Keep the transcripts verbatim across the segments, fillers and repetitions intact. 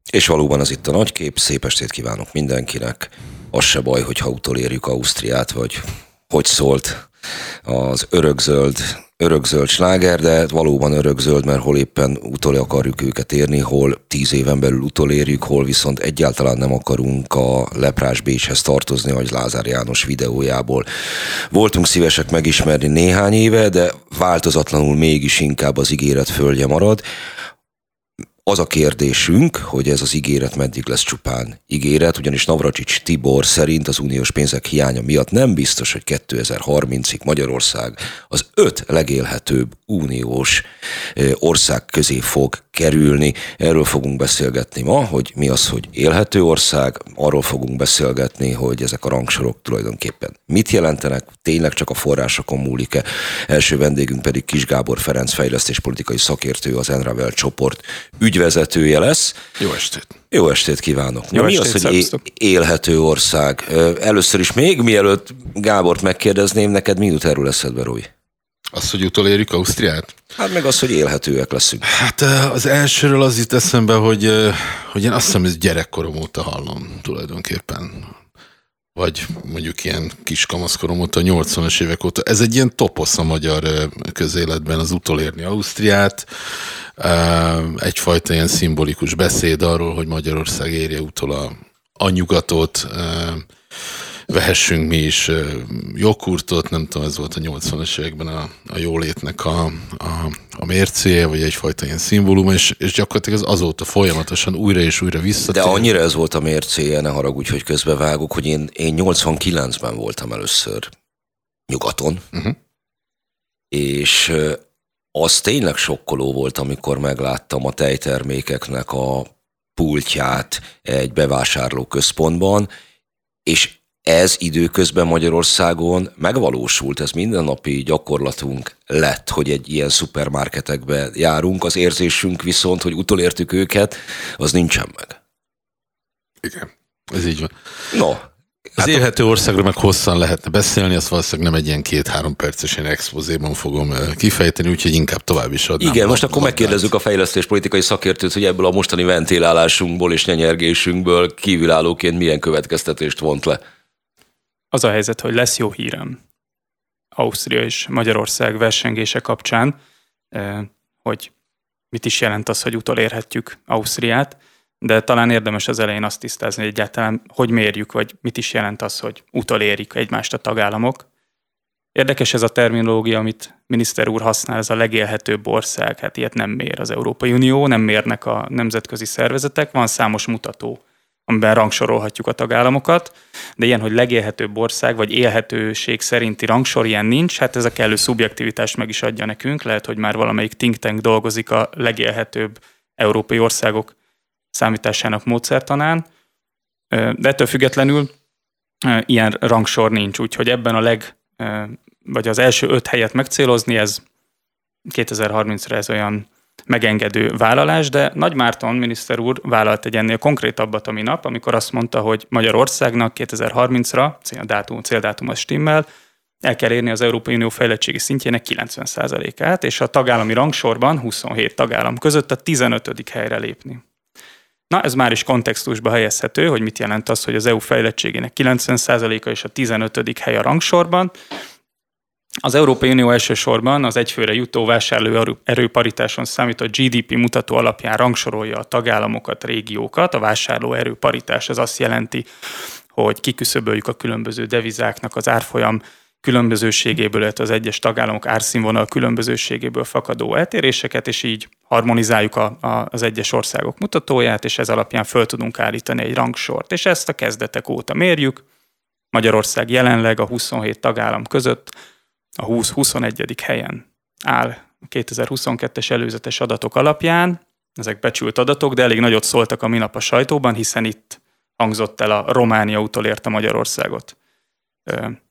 És valóban ez itt a nagy kép, szép estét kívánok mindenkinek. Az se baj, hogyha utolérjük Ausztriát, vagy hogy szólt az örökzöld, örökzöld sláger, de valóban örökzöld, mert hol éppen utol akarjuk őket érni, hol tíz éven belül utolérjük, hol viszont egyáltalán nem akarunk a leprás Bécshez tartozni, vagy Lázár János videójából. Voltunk szívesek megismerni néhány éve, de változatlanul mégis inkább az ígéret földje marad. Az a kérdésünk, hogy ez az ígéret meddig lesz csupán ígéret, ugyanis Navracsics Tibor szerint az uniós pénzek hiánya miatt nem biztos, hogy kétezer-harmincig Magyarország az öt legélhetőbb uniós ország közé fog kerülni. Erről fogunk beszélgetni ma, hogy mi az, hogy élhető ország, arról fogunk beszélgetni, hogy ezek a rangsorok tulajdonképpen mit jelentenek, tényleg csak a forrásokon múlik-e. Első vendégünk pedig Kiss Gábor Ferenc, fejlesztéspolitikai szakértő, az Enravel csoport ügyvezetője lesz. Jó estét! Jó estét kívánok! Jó mi estét, az, hogy szervusztok. élhető ország? Először is még mielőtt Gábort megkérdezném, neked mi jut erről eszedbe, Rói? Az, hogy utolérjük Ausztriát? Hát meg az, hogy élhetőek leszünk. Hát az elsőről az jut eszembe, hogy, hogy én azt hiszem, hogy gyerekkorom óta hallom tulajdonképpen. Vagy mondjuk ilyen kis kamaszkorom óta, nyolcvanas évek óta. Ez egy ilyen toposz a magyar közéletben, az utolérni Ausztriát. Egyfajta ilyen szimbolikus beszéd arról, hogy Magyarország érje utol a, a nyugatot, vehessünk mi is joghurtot, nem tudom, ez volt a nyolcvanas években a, a jólétnek a, a, a mércéje, vagy egyfajta ilyen szimbólum, és, és gyakorlatilag az azóta folyamatosan újra és újra visszatér. De annyira ez volt a mércéje, ne haragudj, hogy közbevágok, hogy én, én nyolcvankilencben voltam először nyugaton, uh-huh. és az tényleg sokkoló volt, amikor megláttam a tejtermékeknek a pultját egy bevásárló központban, és ez időközben Magyarországon megvalósult, ez mindennapi gyakorlatunk lett, hogy egy ilyen szupermarketekbe járunk, az érzésünk viszont, hogy utolértük őket, az nincsen meg. Igen, ez így van. No. Az hát élhető országról meg hosszan lehetne beszélni, azt valószínűleg nem egy ilyen két-három perces ilyen expozéban fogom kifejteni, úgyhogy inkább tovább is adnám. Igen, most akkor megkérdezzük a fejlesztéspolitikai szakértőt, hogy ebből a mostani ventilálásunkból és nyenyergésünkből kívülállóként milyen következtetést vont le. Az a helyzet, hogy lesz jó hírem Ausztria és Magyarország versengése kapcsán, hogy mit is jelent az, hogy utolérhetjük Ausztriát, de talán érdemes az elején azt tisztázni, hogy egyáltalán hogy mérjük, vagy mit is jelent az, hogy utolérik egymást a tagállamok. Érdekes ez a terminológia, amit miniszter úr használ, ez a legélhetőbb ország, hát ilyet nem mér az Európai Unió, nem mérnek a nemzetközi szervezetek, van számos mutató, amiben rangsorolhatjuk a tagállamokat, de ilyen, hogy legélhetőbb ország, vagy élhetőség szerinti rangsor, ilyen nincs, hát ez a kellő szubjektivitást meg is adja nekünk, lehet, hogy már valamelyik think tank dolgozik a legélhetőbb európai országok számításának módszertanán, de ettől függetlenül ilyen rangsor nincs, úgyhogy ebben a leg, vagy az első öt helyet megcélozni, ez kétezer-harmincra ez olyan megengedő vállalás, de Nagy Márton miniszter úr vállalt egy ennél konkrétabbat a minap, amikor azt mondta, hogy Magyarországnak kétezer-harmincra, céldátum, céldátum az stimmel, el kell érni az Európai Unió fejlettségi szintjének kilencven százalékát, és a tagállami rangsorban huszonhét tagállam között a tizenötödik helyre lépni. Na, ez már is kontextusba helyezhető, hogy mit jelent az, hogy az é u fejlettségének kilencven százaléka és a tizenötödik hely a rangsorban. Az Európai Unió elsősorban az egyfőre jutó vásárlóerő paritáson számított gé dé pé mutató alapján rangsorolja a tagállamokat, régiókat. A vásárlóerő paritás az azt jelenti, hogy kiküszöböljük a különböző devizáknak az árfolyam különbözőségéből, illetve az egyes tagállamok árszínvonal különbözőségéből fakadó eltéréseket, és így harmonizáljuk a, a, az egyes országok mutatóját, és ez alapján föl tudunk állítani egy rangsort. És ezt a kezdetek óta mérjük. Magyarország jelenleg a huszonhét tagállam között a húsz-huszonegyedik helyen áll a kétezer-huszonkettes előzetes adatok alapján. Ezek becsült adatok, de elég nagyot szóltak a minap a sajtóban, hiszen itt hangzott el a Románia utolérte Magyarországot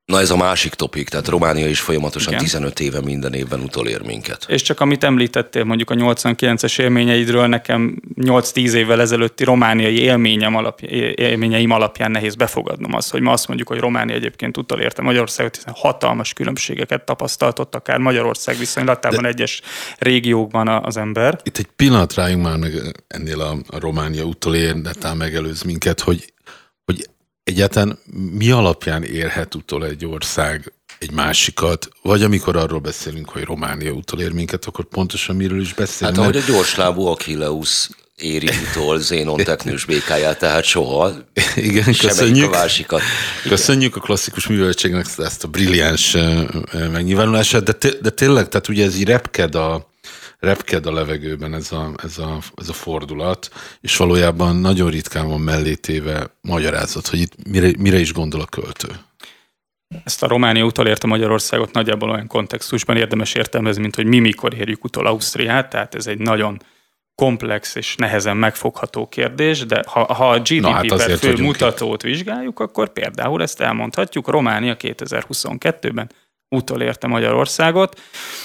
Na ez a másik topik, tehát Románia is folyamatosan Igen. tizenöt éve minden évben utolér minket. És csak amit említettél mondjuk a nyolcvankilences élményeidről, nekem nyolc-tíz évvel ezelőtti romániai élményem alapja, élményeim alapján nehéz befogadnom azt, hogy ma azt mondjuk, hogy Románia egyébként utolérte Magyarországot, hiszen hatalmas különbségeket tapasztaltott, akár Magyarország viszonylatában De... egyes régiókban az ember. Itt egy pillanat rájunk már meg ennél a, a Románia utolér, de talán megelőz minket, hogy, hogy egyáltalán mi alapján érhet utol egy ország egy másikat, vagy amikor arról beszélünk, hogy Románia utolér minket, akkor pontosan miről is beszélünk? Hát ahogy a gyorslábú Achilleus éri utol Zénon teknős békáját, tehát soha. Igen, köszönjük. A másikat. Köszönjük a klasszikus műveltségnek ezt a brilliáns megnyilvánulását, de, té- de tényleg, tehát ugye ez így repked a repked a levegőben ez a, ez, a, ez a fordulat, és valójában nagyon ritkán van mellétéve magyarázat, hogy itt mire, mire is gondol a költő. Ezt a Románia utolérte Magyarországot nagyjából olyan kontextusban érdemes értelmezni, mint hogy mi mikor érjük utol Ausztriát, tehát ez egy nagyon komplex és nehezen megfogható kérdés, de ha, ha a gé dé pé hát per fő mutatót itt vizsgáljuk, akkor például ezt elmondhatjuk, Románia kétezer-huszonkettőben utolérte Magyarországot,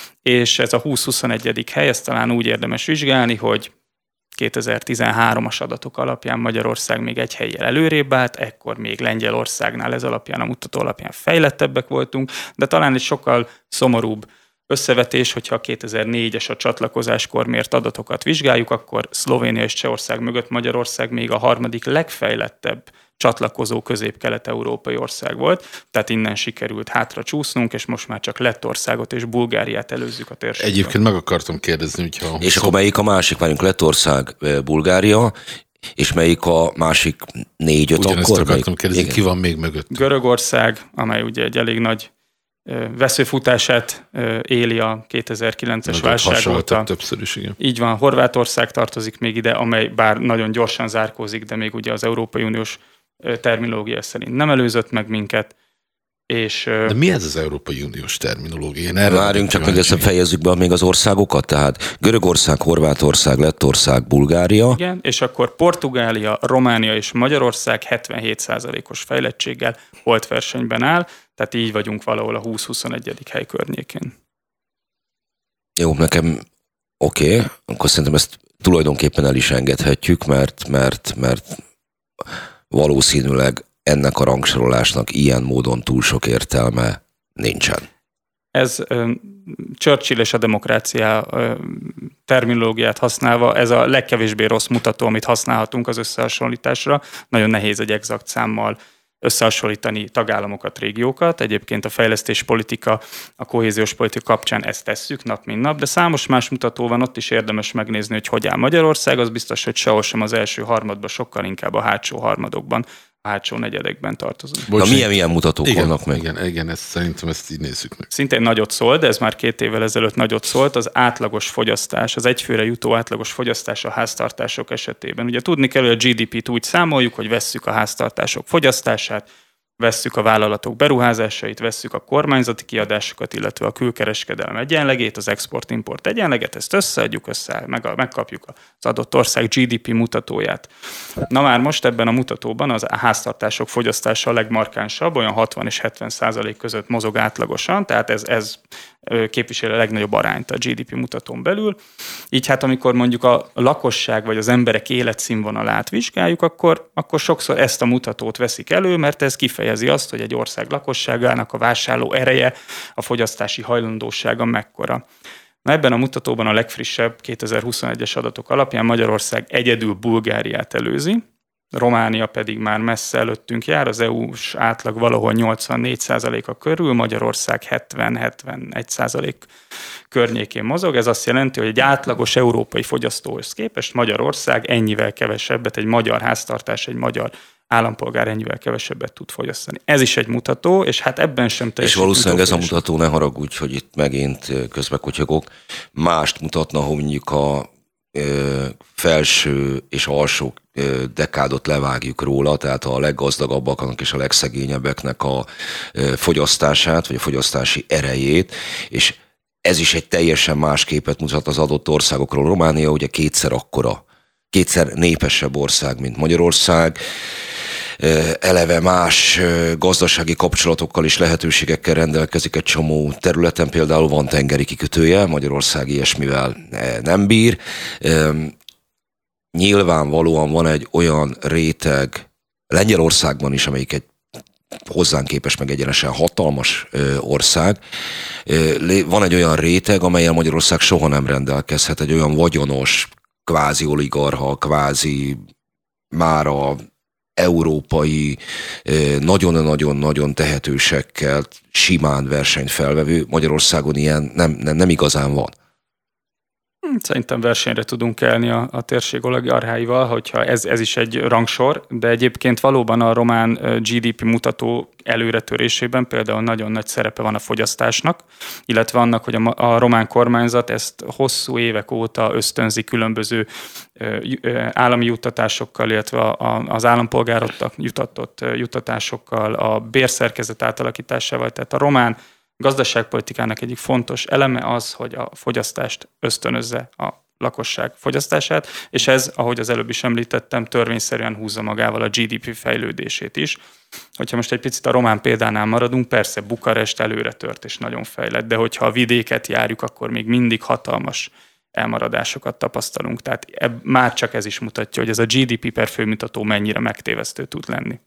és ez a húsz-huszonegyedik hely, ezt talán úgy érdemes vizsgálni, hogy kétezer-tizenhármas adatok alapján Magyarország még egy hellyel előrébb állt, ekkor még Lengyelországnál ez alapján, a mutató alapján fejlettebbek voltunk, de talán egy sokkal szomorúbb összevetés, hogyha a kétezer-négyes a csatlakozáskor mért adatokat vizsgáljuk, akkor Szlovénia és Csehország mögött Magyarország még a harmadik legfejlettebb csatlakozó közép-kelet-európai ország volt, tehát innen sikerült hátra csúsznunk, és most már csak Lettországot és Bulgáriát előzzük a térségben. Egyébként meg akartam kérdezni, hogyha... És akkor melyik a másik? Várjunk, Lettország, Bulgária, és melyik a másik négy-öt akkor? Ugyanezt akartam kérdezni, igen. Ki van még mögött? Görögország, amely ugye egy elég nagy veszőfutását éli a kétezer-kilences válság óta. Többször is, igen. Így van, Horvátország tartozik még ide, amely bár nagyon gyorsan zárkózik, de még ugye az Európai Uniós terminológia szerint nem előzött meg minket. És, de mi ez az Európai Uniós terminológia? Várjunk csak, meg ezt fejezzük be még az országokat, tehát Görögország, Horvátország, Lettország, Bulgária. Igen, és akkor Portugália, Románia és Magyarország hetvenhét százalékos fejlettséggel holt versenyben áll, tehát így vagyunk valahol a húsz-huszonegyedik hely környékén. Jó, nekem oké, okay. Akkor szerintem ezt tulajdonképpen el is engedhetjük, mert, mert, mert valószínűleg ennek a rangsorolásnak ilyen módon túl sok értelme nincsen. Ez uh, Churchill és a demokrácia uh, terminológiát használva, ez a legkevésbé rossz mutató, amit használhatunk az összehasonlításra. Nagyon nehéz egy exakt számmal összehasonlítani tagállamokat, régiókat. Egyébként a fejlesztéspolitika, a kohéziós politika kapcsán ezt tesszük nap mint nap, de számos más mutató van, ott is érdemes megnézni, hogy hogy áll Magyarország, az biztos, hogy sehol sem az első harmadban, sokkal inkább a hátsó harmadokban, a hátsó negyedekben tartozunk. Na milyen, milyen mutatók igen, vannak meg? Igen, igen, ezt, szerintem ezt így nézzük meg. Szintén nagyot szólt, de ez már két évvel ezelőtt nagyot szólt, az átlagos fogyasztás, az egyfőre jutó átlagos fogyasztás a háztartások esetében. Ugye tudni kell, hogy a gé dé pét úgy számoljuk, hogy vesszük a háztartások fogyasztását, vesszük a vállalatok beruházásait, vesszük a kormányzati kiadásokat, illetve a külkereskedelem egyenlegét, az export-import egyenleget, ezt összeadjuk, össze, meg, megkapjuk az adott ország gé dé pé mutatóját. Na már most ebben a mutatóban az a háztartások fogyasztása a legmarkánsabb, olyan hatvan és hetven százalék között mozog átlagosan, tehát ez, ez képviseli a legnagyobb arányt a gé dé pé mutatón belül. Így hát amikor mondjuk a lakosság vagy az emberek életszínvonalát vizsgáljuk, akkor, akkor sokszor ezt a mutatót veszik elő, mert ez kifejezi azt, hogy egy ország lakosságának a vásárló ereje, a fogyasztási hajlandósága mekkora. Na ebben a mutatóban a legfrissebb kétezer-huszonegyes adatok alapján Magyarország egyedül Bulgáriát előzi, Románia pedig már messze előttünk jár, az é u-s átlag valahol nyolcvannégy százaléka körül, Magyarország hetven-hetvenegy százalék környékén mozog. Ez azt jelenti, hogy egy átlagos európai fogyasztóhoz képest Magyarország ennyivel kevesebbet, egy magyar háztartás, egy magyar állampolgár ennyivel kevesebbet tud fogyasztani. Ez is egy mutató, és hát ebben sem teljesítünk. És valószínűleg ez a mutató, ne haragudj, hogy itt megint közbekotyogok, mást mutatna, hogy mondjuk a felső és alsó dekádot levágjuk róla, tehát a leggazdagabbaknak és a legszegényebbeknek a fogyasztását, vagy a fogyasztási erejét, és ez is egy teljesen más képet mutat az adott országokról. Románia ugye kétszer akkora, kétszer népesebb ország, mint Magyarország. eleve más gazdasági kapcsolatokkal és lehetőségekkel rendelkezik egy csomó területen, például van tengeri kikötője, Magyarország ilyesmivel nem bír. Nyilvánvalóan van egy olyan réteg Lengyelországban is, amelyik egy hozzánk képest meg egyenesen hatalmas ország. Van egy olyan réteg, amelyen Magyarország soha nem rendelkezhet, egy olyan vagyonos, kvázi oligarcha, kvázi mára európai, nagyon-nagyon-nagyon tehetősekkel simán versenyt felvevő. Magyarországon ilyen nem, nem, nem igazán van. Szerintem versenyre tudunk kelni a, a térség oligarcháival, hogyha ez, ez is egy rangsor, de egyébként valóban a román gé dé pé mutató előretörésében például nagyon nagy szerepe van a fogyasztásnak, illetve annak, hogy a, a román kormányzat ezt hosszú évek óta ösztönzi különböző állami juttatásokkal, illetve a, az állampolgároknak jutatott juttatásokkal, a bérszerkezet átalakításával, tehát a román gazdaságpolitikának egyik fontos eleme az, hogy a fogyasztást ösztönözze, a lakosság fogyasztását, és ez, ahogy az előbb is említettem, törvényszerűen húzza magával a gé dé pé fejlődését is. Hogyha most egy picit a román példánál maradunk, persze Bukarest előre tört és nagyon fejlett, de hogyha a vidéket járjuk, akkor még mindig hatalmas elmaradásokat tapasztalunk. Tehát eb- már csak ez is mutatja, hogy ez a gé dé pé per főmutató mennyire megtévesztő tud lenni.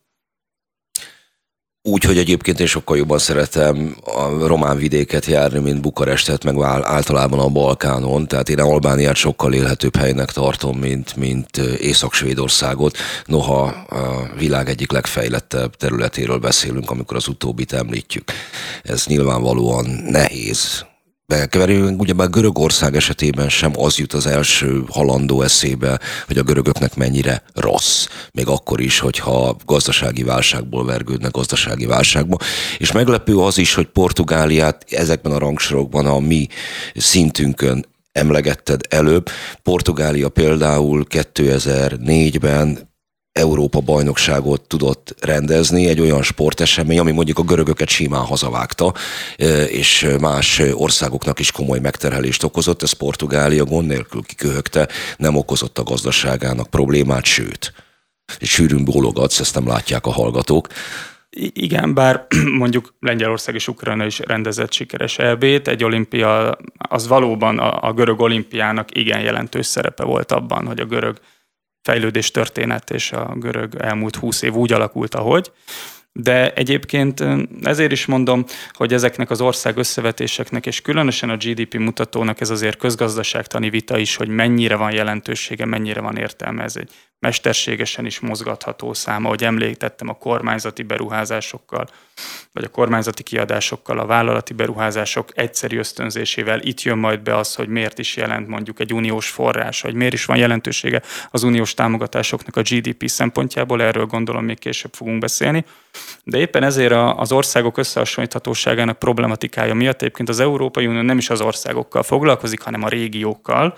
Úgy, hogy egyébként én sokkal jobban szeretem a román vidéket járni, mint Bukarestet, meg általában a Balkánon. Tehát én Albániát sokkal élhetőbb helynek tartom, mint, mint Észak-Svédországot. Noha a világ egyik legfejlettebb területéről beszélünk, amikor az utóbbit említjük. Ez nyilvánvalóan nehéz bekeverünk. Ugyebár Görögország esetében sem az jut az első halandó eszébe, hogy a görögöknek mennyire rossz. Még akkor is, hogyha gazdasági válságból vergődnek gazdasági válságba. És meglepő az is, hogy Portugáliát ezekben a rangsorokban a mi szintünkön emlegetted előbb. Portugália például kétezer-négyben Európa-bajnokságot tudott rendezni, egy olyan sportesemény, ami mondjuk a görögöket simán hazavágta, és más országoknak is komoly megterhelést okozott, ez Portugália gond nélkül kiköhögte, nem okozott a gazdaságának problémát, sőt. És sűrűn bólogatsz, ezt nem látják a hallgatók. Igen, bár mondjuk Lengyelország és Ukrajna is rendezett sikeres é bét, egy olimpia, az valóban a, a görög olimpiának igen jelentős szerepe volt abban, hogy a görög fejlődés történet és a görög elmúlt húsz év úgy alakult, ahogy. De egyébként ezért is mondom, hogy ezeknek az ország összevetéseknek, és különösen a gé dé pé mutatónak ez azért közgazdaságtani vita is, hogy mennyire van jelentősége, mennyire van értelme. Ez egy mesterségesen is mozgatható szám, ahogy említettem, a kormányzati beruházásokkal, vagy a kormányzati kiadásokkal, a vállalati beruházások egyszerű ösztönzésével. Itt jön majd be az, hogy miért is jelent mondjuk egy uniós forrás, vagy miért is van jelentősége az uniós támogatásoknak a gé dé pé szempontjából, erről gondolom még később fogunk beszélni. De éppen ezért az országok összehasonlíthatóságának problematikája miatt egyébként az Európai Unió nem is az országokkal foglalkozik, hanem a régiókkal,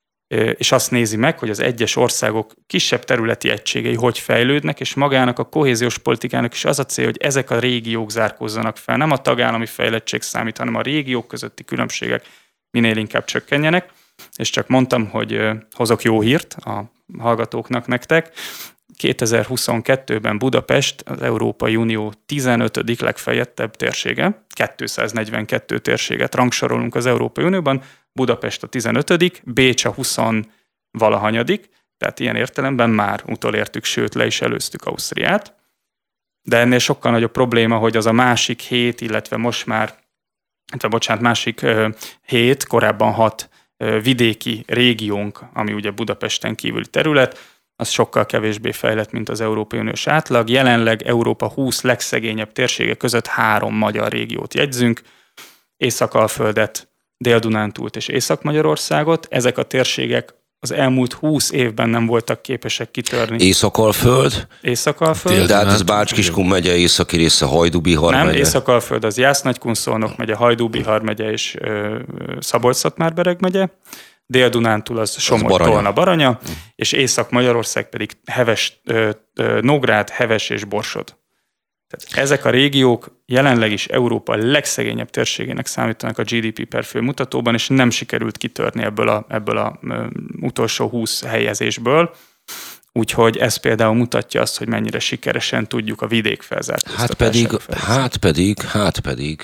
és azt nézi meg, hogy az egyes országok kisebb területi egységei hogy fejlődnek, és magának a kohéziós politikának is az a cél, hogy ezek a régiók zárkózzanak fel. Nem a tagállami fejlettség számít, hanem a régiók közötti különbségek minél inkább csökkenjenek. És csak mondtam, hogy hozok jó hírt a hallgatóknak nektek. kétezer-huszonkettőben Budapest az Európai Unió tizenötödik legfejlettebb térsége, kétszáznegyvenkettő térséget rangsorolunk az Európai Unióban, Budapest a tizenötödik, Bécs a huszonvalahanyadik, tehát ilyen értelemben már utolértük, sőt le is előztük Ausztriát. De ennél sokkal nagyobb probléma, hogy az a másik hét, illetve most már, illetve bocsánat, másik hét, korábban hat vidéki régiónk, ami ugye Budapesten kívüli terület, az sokkal kevésbé fejlett, mint az Európai Uniós átlag. Jelenleg Európa húsz legszegényebb térsége között három magyar régiót jegyzünk, Észak-Alföldet, Dél-Dunántúlt és Észak-Magyarországot. Ezek a térségek az elmúlt húsz évben nem voltak képesek kitörni. Észak-Alföld? Észak-Alföld. Tehát ez Bács-Kiskun megye, északi része, Hajdú-Bihar nem, megye? Nem, Észak-Alföld az Jász-Nagykun-Szolnok megye, Hajdú-Bihar megye és Szabolcs-Szatmár-Bereg megye. Dél-Dunántúl az Somogy-Tolna-Baranya, uh. és Észak-Magyarország pedig Heves, ö, ö, Nógrád, Heves és Borsod. Tehát ezek a régiók jelenleg is Európa legszegényebb térségének számítanak a gé dé pé per fő mutatóban, és nem sikerült kitörni ebből a, ebből a ö, utolsó húsz helyezésből. Úgyhogy ez például mutatja azt, hogy mennyire sikeresen tudjuk a vidék felzárkóztatására Hát pedig, felzárkóztatni. hát pedig, hát pedig,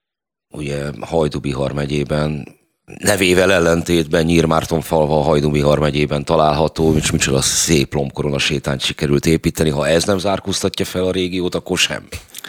ugye Hajdú-Bihar megyében, nevével ellentétben Nyírmártonfalva a Hajdú-Bihar megyében található, és micsoda szép lombkorona sétányt sikerült építeni. Ha ez nem zárkóztatja fel a régiót, akkor semmi.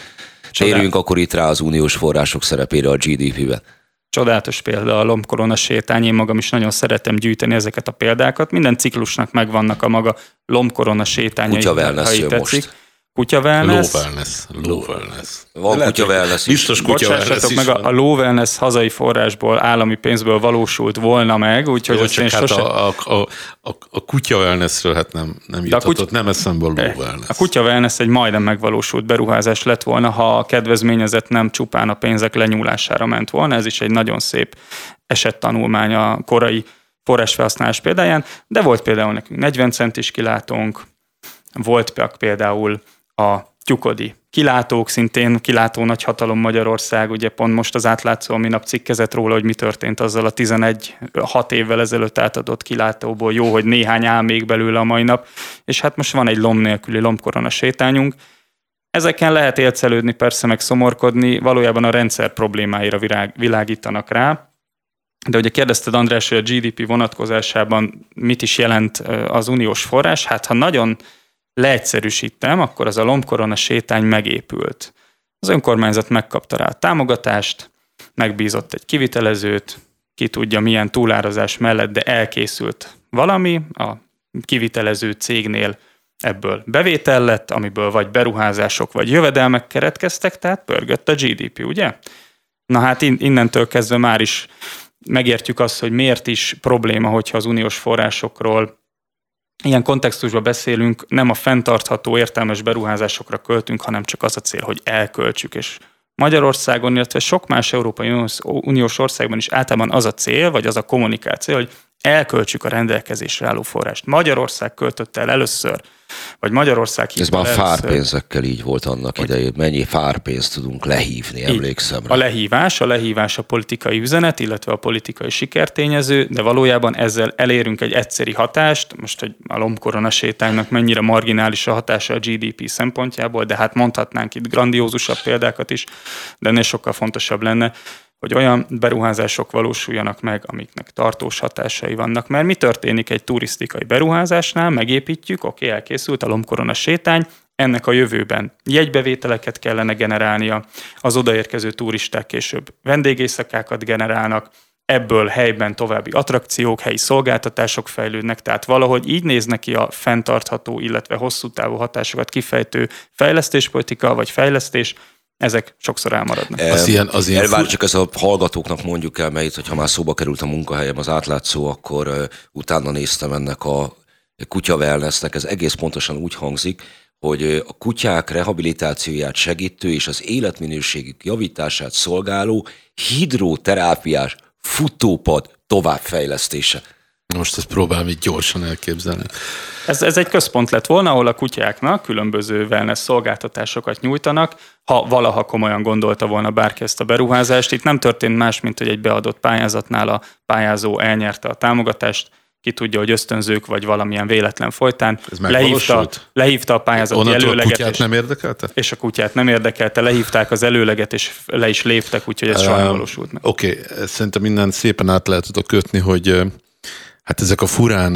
Térjünk akkor itt rá az uniós források szerepére a gé dé pé-ben. Csodálatos példa a lombkorona sétány, én magam is nagyon szeretem gyűjteni ezeket a példákat. Minden ciklusnak megvannak a maga lombkorona sétányai, Kutya wellness jön most. Kutya wellness. Low wellness. Low wellness. Van kutya wellness. Biztos kutya wellness is meg a, a low wellness hazai forrásból, állami pénzből valósult volna meg, úgyhogy jó, ezt csak én hát sosem... a, a, a, a kutya wellnessről hát nem, nem juthatott, kutya... nem eszembe a low wellness. A kutya wellness egy majdnem megvalósult beruházás lett volna, ha a kedvezményezett nem csupán a pénzek lenyúlására ment volna. Ez is egy nagyon szép esettanulmány a korai forrásfelhasználás példáján, de volt például nekünk negyven centis kilátónk, volt például a tyukodi kilátók, szintén kilátó nagyhatalom Magyarország, ugye pont most az Átlátszó minap cikkezett róla, hogy mi történt azzal a tizenegy hat évvel ezelőtt átadott kilátóból, jó, hogy néhány áll még belőle a mai nap, és hát most van egy lomb nélküli lombkorona sétányunk. Ezeken lehet élcelődni, persze meg szomorkodni, valójában a rendszer problémáira virág, világítanak rá, de ugye kérdezted, András, hogy a gé dé pé vonatkozásában mit is jelent az uniós forrás, hát ha nagyon leegyszerűsítem, akkor az a lombkorona sétány megépült. Az önkormányzat megkapta rá a támogatást, megbízott egy kivitelezőt, ki tudja milyen túlárazás mellett, de elkészült valami, a kivitelező cégnél ebből bevétel lett, amiből vagy beruházások, vagy jövedelmek keretkeztek, tehát pörgött a gé dé pé, ugye? Na hát innentől kezdve már is megértjük azt, hogy miért is probléma, hogyha az uniós forrásokról ilyen kontextusban beszélünk, nem a fenntartható értelmes beruházásokra költünk, hanem csak az a cél, hogy elköltsük. És Magyarországon, illetve sok más Európai Uniós országban is általában az a cél, vagy az a kommunikáció, hogy elköltsük a rendelkezésre álló forrást. Magyarország költött el először, vagy Magyarország Ez már fárpénzekkel így volt annak idején. Mennyi fárpénzt tudunk lehívni, emlékszem rá. A lehívás, a lehívás a politikai üzenet, illetve a politikai sikertényező, de valójában ezzel elérünk egy egyszeri hatást. Most, hogy a lombkorona sétánynak mennyire marginális a hatása a gé dé pé szempontjából, de hát mondhatnánk itt grandiózusabb példákat is, de ennél sokkal fontosabb lenne, hogy olyan beruházások valósuljanak meg, amiknek tartós hatásai vannak. Mert mi történik egy turisztikai beruházásnál? Megépítjük, oké, okay, elkészült a lombkorona sétány, ennek a jövőben jegybevételeket kellene generálnia, az odaérkező turisták később vendégészakákat generálnak, ebből helyben további attrakciók, helyi szolgáltatások fejlődnek, tehát valahogy így néz neki a fenntartható, illetve hosszú távú hatásokat kifejtő fejlesztéspolitika vagy fejlesztés, ezek sokszor elmaradnak. Az ilyen, az ilyen Elvár, csak ez a hallgatóknak mondjuk el, mert itt, hogyha már szóba került a munkahelyem, az Átlátszó, akkor uh, utána néztem ennek a kutya wellnessnek. Ez egész pontosan úgy hangzik, hogy uh, a kutyák rehabilitációját segítő és az életminőségük javítását szolgáló hidroterápiás futópad továbbfejlesztése. Most ezt próbálom így gyorsan elképzelni. Ez, ez egy központ lett volna, ahol a kutyáknak különböző wellness szolgáltatásokat nyújtanak, ha valaha komolyan gondolta volna bárki ezt a beruházást. Itt nem történt más, mint hogy egy beadott pályázatnál a pályázó elnyerte a támogatást, ki tudja, hogy ösztönzők vagy valamilyen véletlen folytán. Lehívta, lehívta a pályázati előleget. A kutyát és, nem érdekelte? És a kutyát nem érdekelte, lehívták az előleget, és le is léptek, úgyhogy ez uh, soha nem valósult meg. Oké, okay. Szerintem minden szépen át lehet oda kötni, hogy hát ezek a furán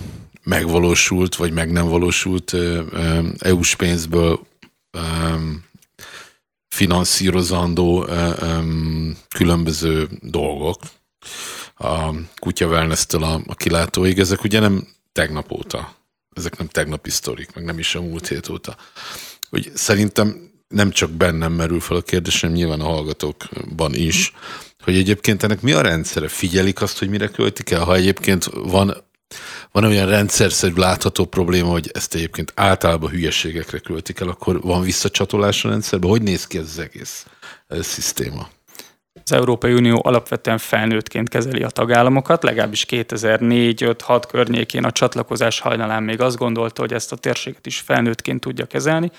megvalósult, vagy meg nem valósult é u-s pénzből finanszírozandó különböző dolgok, a kutya wellness-től a, a kilátóig, ezek ugye nem tegnap óta, ezek nem tegnapi sztorik, meg nem is a múlt hét óta. Úgy szerintem nem csak bennem merül fel a kérdés, hanem nyilván a hallgatókban is, hogy egyébként ennek mi a rendszere? Figyelik azt, hogy mire költik el? Ha egyébként van, van olyan rendszerszerű látható probléma, hogy ezt egyébként általában hülyeségekre költik el, akkor van visszacsatolás a rendszerben? Hogy néz ki ez az egész ez szisztéma? Az Európai Unió alapvetően felnőttként kezeli a tagállamokat, legalábbis kétezer-négy öt hat környékén a csatlakozás hajnalán még azt gondolta, hogy ezt a térséget is felnőttként tudja kezelni.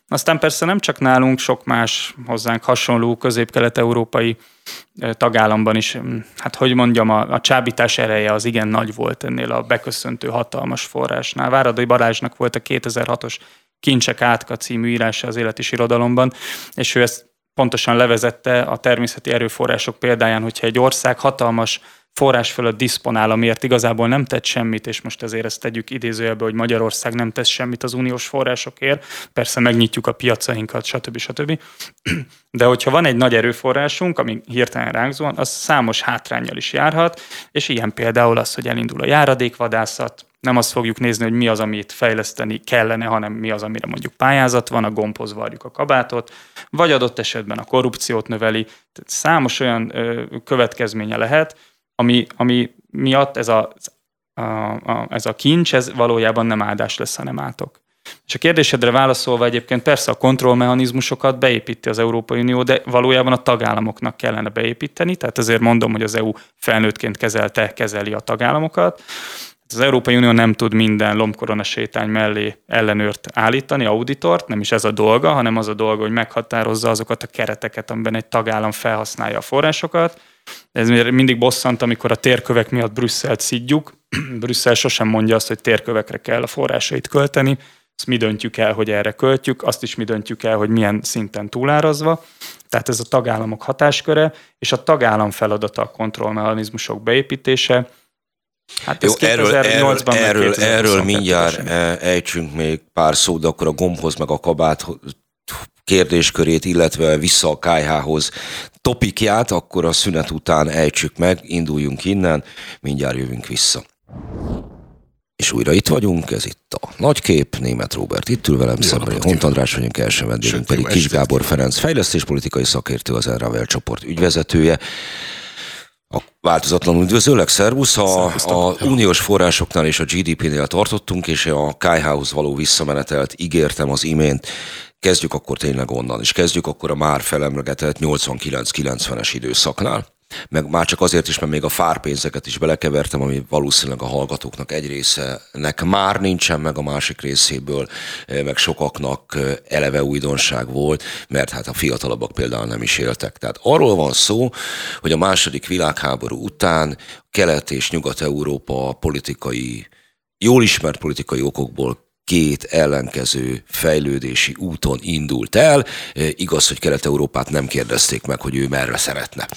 Aztán persze nem csak nálunk, sok más hozzánk hasonló közép-kelet-európai tagállamban is, hát hogy mondjam, a, a csábítás ereje az igen nagy volt ennél a beköszöntő hatalmas forrásnál. Váradi Balázsnak volt a kétezer-hatos Kincsek átka című írása az Élet és Irodalomban, és ő ezt pontosan levezette a természeti erőforrások példáján, hogyha egy ország hatalmas forrás fölött diszponál, amiért igazából nem tett semmit, és most ezért ezt tegyük idézőjelbe, hogy Magyarország nem tesz semmit az uniós forrásokért, persze megnyitjuk a piacainkat, stb. stb. De hogyha van egy nagy erőforrásunk, ami hirtelen ránk zuhan, az számos hátránnyal is járhat, és ilyen például az, hogy elindul a járadékvadászat, nem azt fogjuk nézni, hogy mi az, amit fejleszteni kellene, hanem mi az, amire mondjuk pályázat van, a gombhoz varjuk a kabátot, vagy adott esetben a korrupciót növeli. Tehát számos olyan ö, következménye lehet, ami, ami miatt ez a, a, a, ez a kincs, ez valójában nem áldás lesz, hanem átok. És a kérdésedre válaszolva egyébként persze a kontrollmechanizmusokat beépíti az Európai Unió, de valójában a tagállamoknak kellene beépíteni, tehát ezért mondom, hogy az é u felnőttként kezelte, kezeli a tagállamokat. Az Európai Unió nem tud minden lombkorona sétány mellé ellenőrt állítani, auditort, nem is ez a dolga, hanem az a dolga, hogy meghatározza azokat a kereteket, amiben egy tagállam felhasználja a forrásokat. Ez mindig bosszant, amikor a térkövek miatt Brüsszelt szidjuk. Brüsszel sosem mondja azt, hogy térkövekre kell a forrásait költeni. Azt mi döntjük el, hogy erre költjük, azt is mi döntjük el, hogy milyen szinten túlárazva. Tehát ez a tagállamok hatásköre, és a tagállam feladata a kontrollmechanizmusok beépítése. Hát jó, erről, erről, erről, erről mindjárt ejtsünk még pár szót, de akkor a gombhoz meg a kabát kérdéskörét, illetve vissza a ká há-hoz topikját, akkor a szünet után ejtsük meg, induljunk innen, mindjárt jövünk vissza. És újra itt vagyunk, ez itt a Nagykép, Németh Róbert itt ül velem szemben, Hont András vagyunk, első vendégünk pedig Kis Gábor Ferenc, fejlesztéspolitikai szakértő, az Enravel csoport ügyvezetője. A változatlanul üdvözöllek, szervusz! A, a uniós forrásoknál és a gé dé pé-nél tartottunk, és a ká há-hoz való visszamenetelt ígértem az imént. Kezdjük akkor tényleg onnan, és kezdjük akkor a már felemlegetett nyolcvankilenc-kilencvenes időszaknál. Meg már csak azért is, mert még a fárpénzeket is belekevertem, ami valószínűleg a hallgatóknak egy részének már nincsen, meg a másik részéből, meg sokaknak eleve újdonság volt, mert hát a fiatalabbak például nem is éltek. Tehát arról van szó, hogy a második világháború után Kelet- és Nyugat-Európa politikai, jól ismert politikai okokból két ellenkező fejlődési úton indult el. Igaz, hogy Kelet-Európát nem kérdezték meg, hogy ő merre szeretne.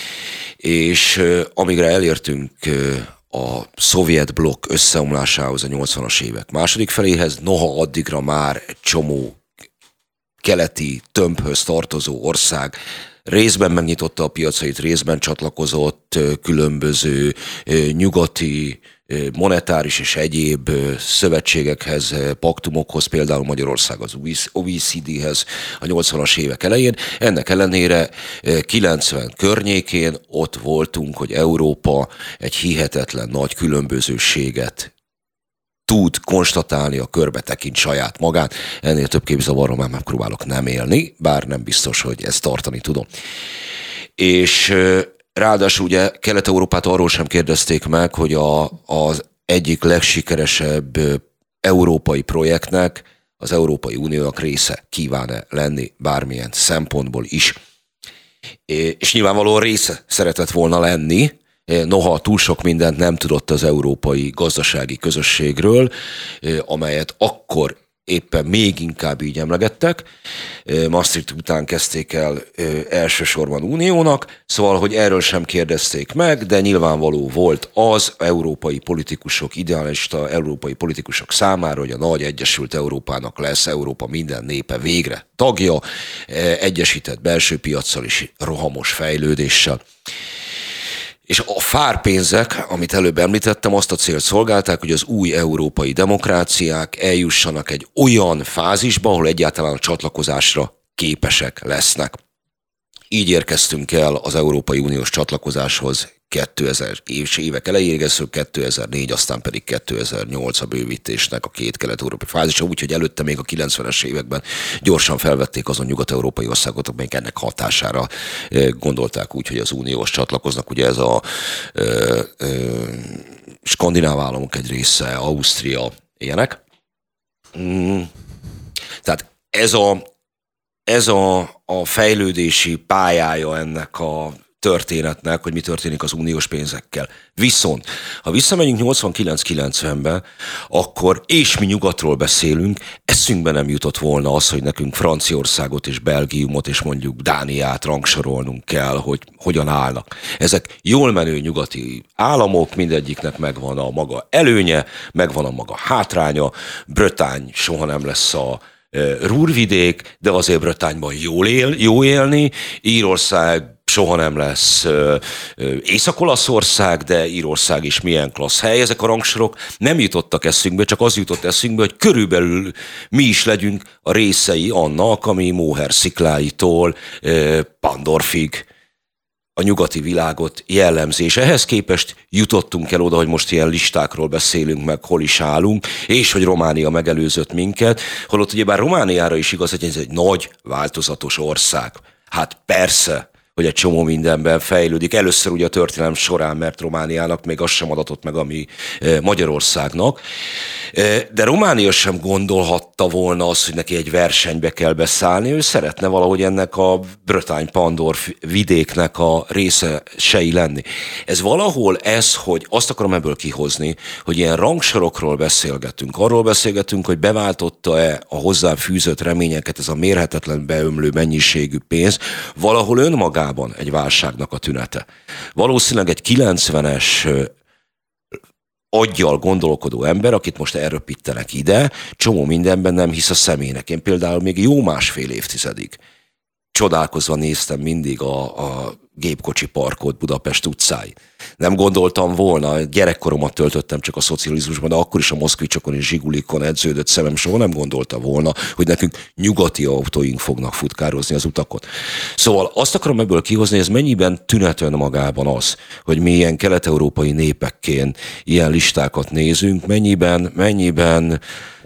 És amígre elértünk a szovjet blokk összeomlásához a nyolcvanas évek második feléhez, noha addigra már egy csomó keleti tömbhöz tartozó ország részben megnyitotta a piacait, részben csatlakozott különböző nyugati monetáris és egyéb szövetségekhez, paktumokhoz, például Magyarország az o e cé dé-hez a nyolcvanas évek elején. Ennek ellenére kilencven környékén ott voltunk, hogy Európa egy hihetetlen nagy különbözőséget tud konstatálni, a körbe tekint saját magát. Ennél több képzavarról már megpróbálok nem élni, bár nem biztos, hogy ezt tartani tudom. És ráadásul ugye Kelet-Európát arról sem kérdezték meg, hogy a, az egyik legsikeresebb európai projektnek, az Európai Uniónak része kíván-e lenni bármilyen szempontból is. És nyilvánvalóan része szeretett volna lenni, noha túl sok mindent nem tudott az európai gazdasági közösségről, amelyet akkor éppen még inkább így emlegettek. Maastricht után kezdték el elsősorban uniónak, szóval, hogy erről sem kérdezték meg, de nyilvánvaló volt az európai politikusok, idealista európai politikusok számára, hogy a nagy Egyesült Európának lesz Európa minden népe végre tagja, egyesített belső piaccal és rohamos fejlődéssel. És a fárpénzek, amit előbb említettem, azt a célt szolgálták, hogy az új európai demokráciák eljussanak egy olyan fázisba, ahol egyáltalán a csatlakozásra képesek lesznek. Így érkeztünk el az Európai Uniós csatlakozáshoz kétezer évek elejéig, ez kétezer-négy, aztán pedig kétezer-nyolc a bővítésnek a két kelet-európai fázisa, úgyhogy előtte még a kilencvenes években gyorsan felvették azon nyugat-európai országot, amelyek ennek hatására gondolták úgy, hogy az uniós csatlakoznak. Ugye ez a ö, ö, skandináv államok egy része, Ausztria, ilyenek. Mm. Tehát ez a, ez a, a fejlődési pályája ennek a történetnek, hogy mi történik az uniós pénzekkel. Viszont, ha visszamegyünk nyolcvankilenc-kilencvenbe, akkor, és mi nyugatról beszélünk, eszünkbe nem jutott volna az, hogy nekünk Franciaországot és Belgiumot és mondjuk Dániát rangsorolnunk kell, hogy hogyan állnak. Ezek jól menő nyugati államok, mindegyiknek megvan a maga előnye, megvan a maga hátránya. Brötány soha nem lesz a Rúrvidék, de azért Brötányban jól él, jó élni. Írország soha nem lesz Észak-Olaszország, de Írország is milyen klassz hely. Ezek a rangsorok nem jutottak eszünkbe, csak az jutott eszünkbe, hogy körülbelül mi is legyünk a részei annak, ami Moher szikláitól Pandorfig a nyugati világot jellemzi. És ehhez képest jutottunk el oda, hogy most ilyen listákról beszélünk meg, hol is állunk, és hogy Románia megelőzött minket, holott ugyebár Romániára is igaz, hogy ez egy nagy, változatos ország. Hát persze, hogy egy csomó mindenben fejlődik. Először ugye a történelem során, mert Romániának még az sem adatott meg, ami Magyarországnak. De Románia sem gondolhatta volna azt, hogy neki egy versenybe kell beszállni. Ő szeretne valahogy ennek a Brötány-Pandorf vidéknek a részesei lenni. Ez valahol ez, hogy azt akarom ebből kihozni, hogy ilyen rangsorokról beszélgetünk. Arról beszélgetünk, hogy beváltotta-e a hozzá fűzött reményeket ez a mérhetetlen beömlő mennyiségű pénz, valahol önmagában egy válságnak a tünete. Valószínűleg egy kilencvenes aggyal gondolkodó ember, akit most elröpítenek ide, csomó mindenben nem hisz a szemének. Én például még jó másfél évtizedig csodálkozva néztem mindig a, a gépkocsi parkot Budapest utcáin. Nem gondoltam volna, gyerekkoromat töltöttem csak a szocializmusban, de akkor is a moszkvicsokon és zsigulikon edződött szemem, soha nem gondolta volna, hogy nekünk nyugati autóink fognak futkározni az utakon. Szóval azt akarom ebből kihozni, hogy ez mennyiben tünet önmagában az, hogy mi ilyen kelet-európai népekként ilyen listákat nézünk, mennyiben, mennyiben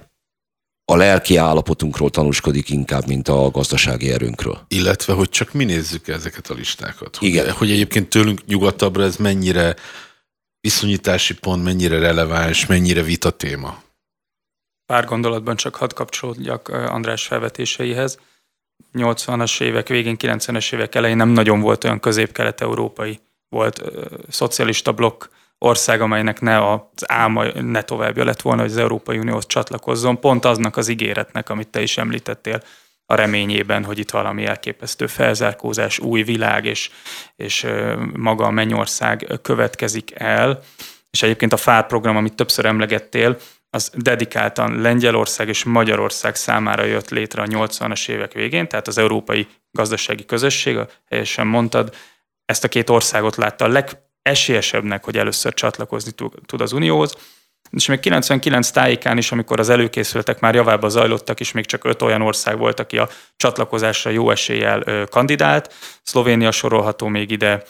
a lelki állapotunkról tanúskodik inkább, mint a gazdasági erőnkről. Illetve, hogy csak mi nézzük ezeket a listákat. Hogy, Igen. Hogy egyébként tőlünk nyugatabbra ez mennyire viszonyítási pont, mennyire releváns, mennyire vita téma. Pár gondolatban csak hadd kapcsolódjak András felvetéseihez. nyolcvanas évek végén, kilencvenes évek elején nem nagyon volt olyan közép-kelet-európai, volt ö, szocialista blokk ország, amelynek ne az álma, ne továbbja lett volna, hogy az Európai Unióhoz csatlakozzon, pont aznak az ígéretnek, amit te is említettél, a reményében, hogy itt valami elképesztő felzárkózás, új világ, és, és maga a mennyország következik el. És egyébként a FÁR program, amit többször emlegettél, az dedikáltan Lengyelország és Magyarország számára jött létre a nyolcvanas évek végén, tehát az Európai Gazdasági Közösség, helyesen mondtad, ezt a két országot látta a legesélyesebbnek, hogy először csatlakozni tud az Unióhoz. És még kilencvenkilenc tájékán is, amikor az előkészületek már javába zajlottak, és még csak öt olyan ország volt, aki a csatlakozásra jó eséllyel kandidált. Szlovénia sorolható még ide,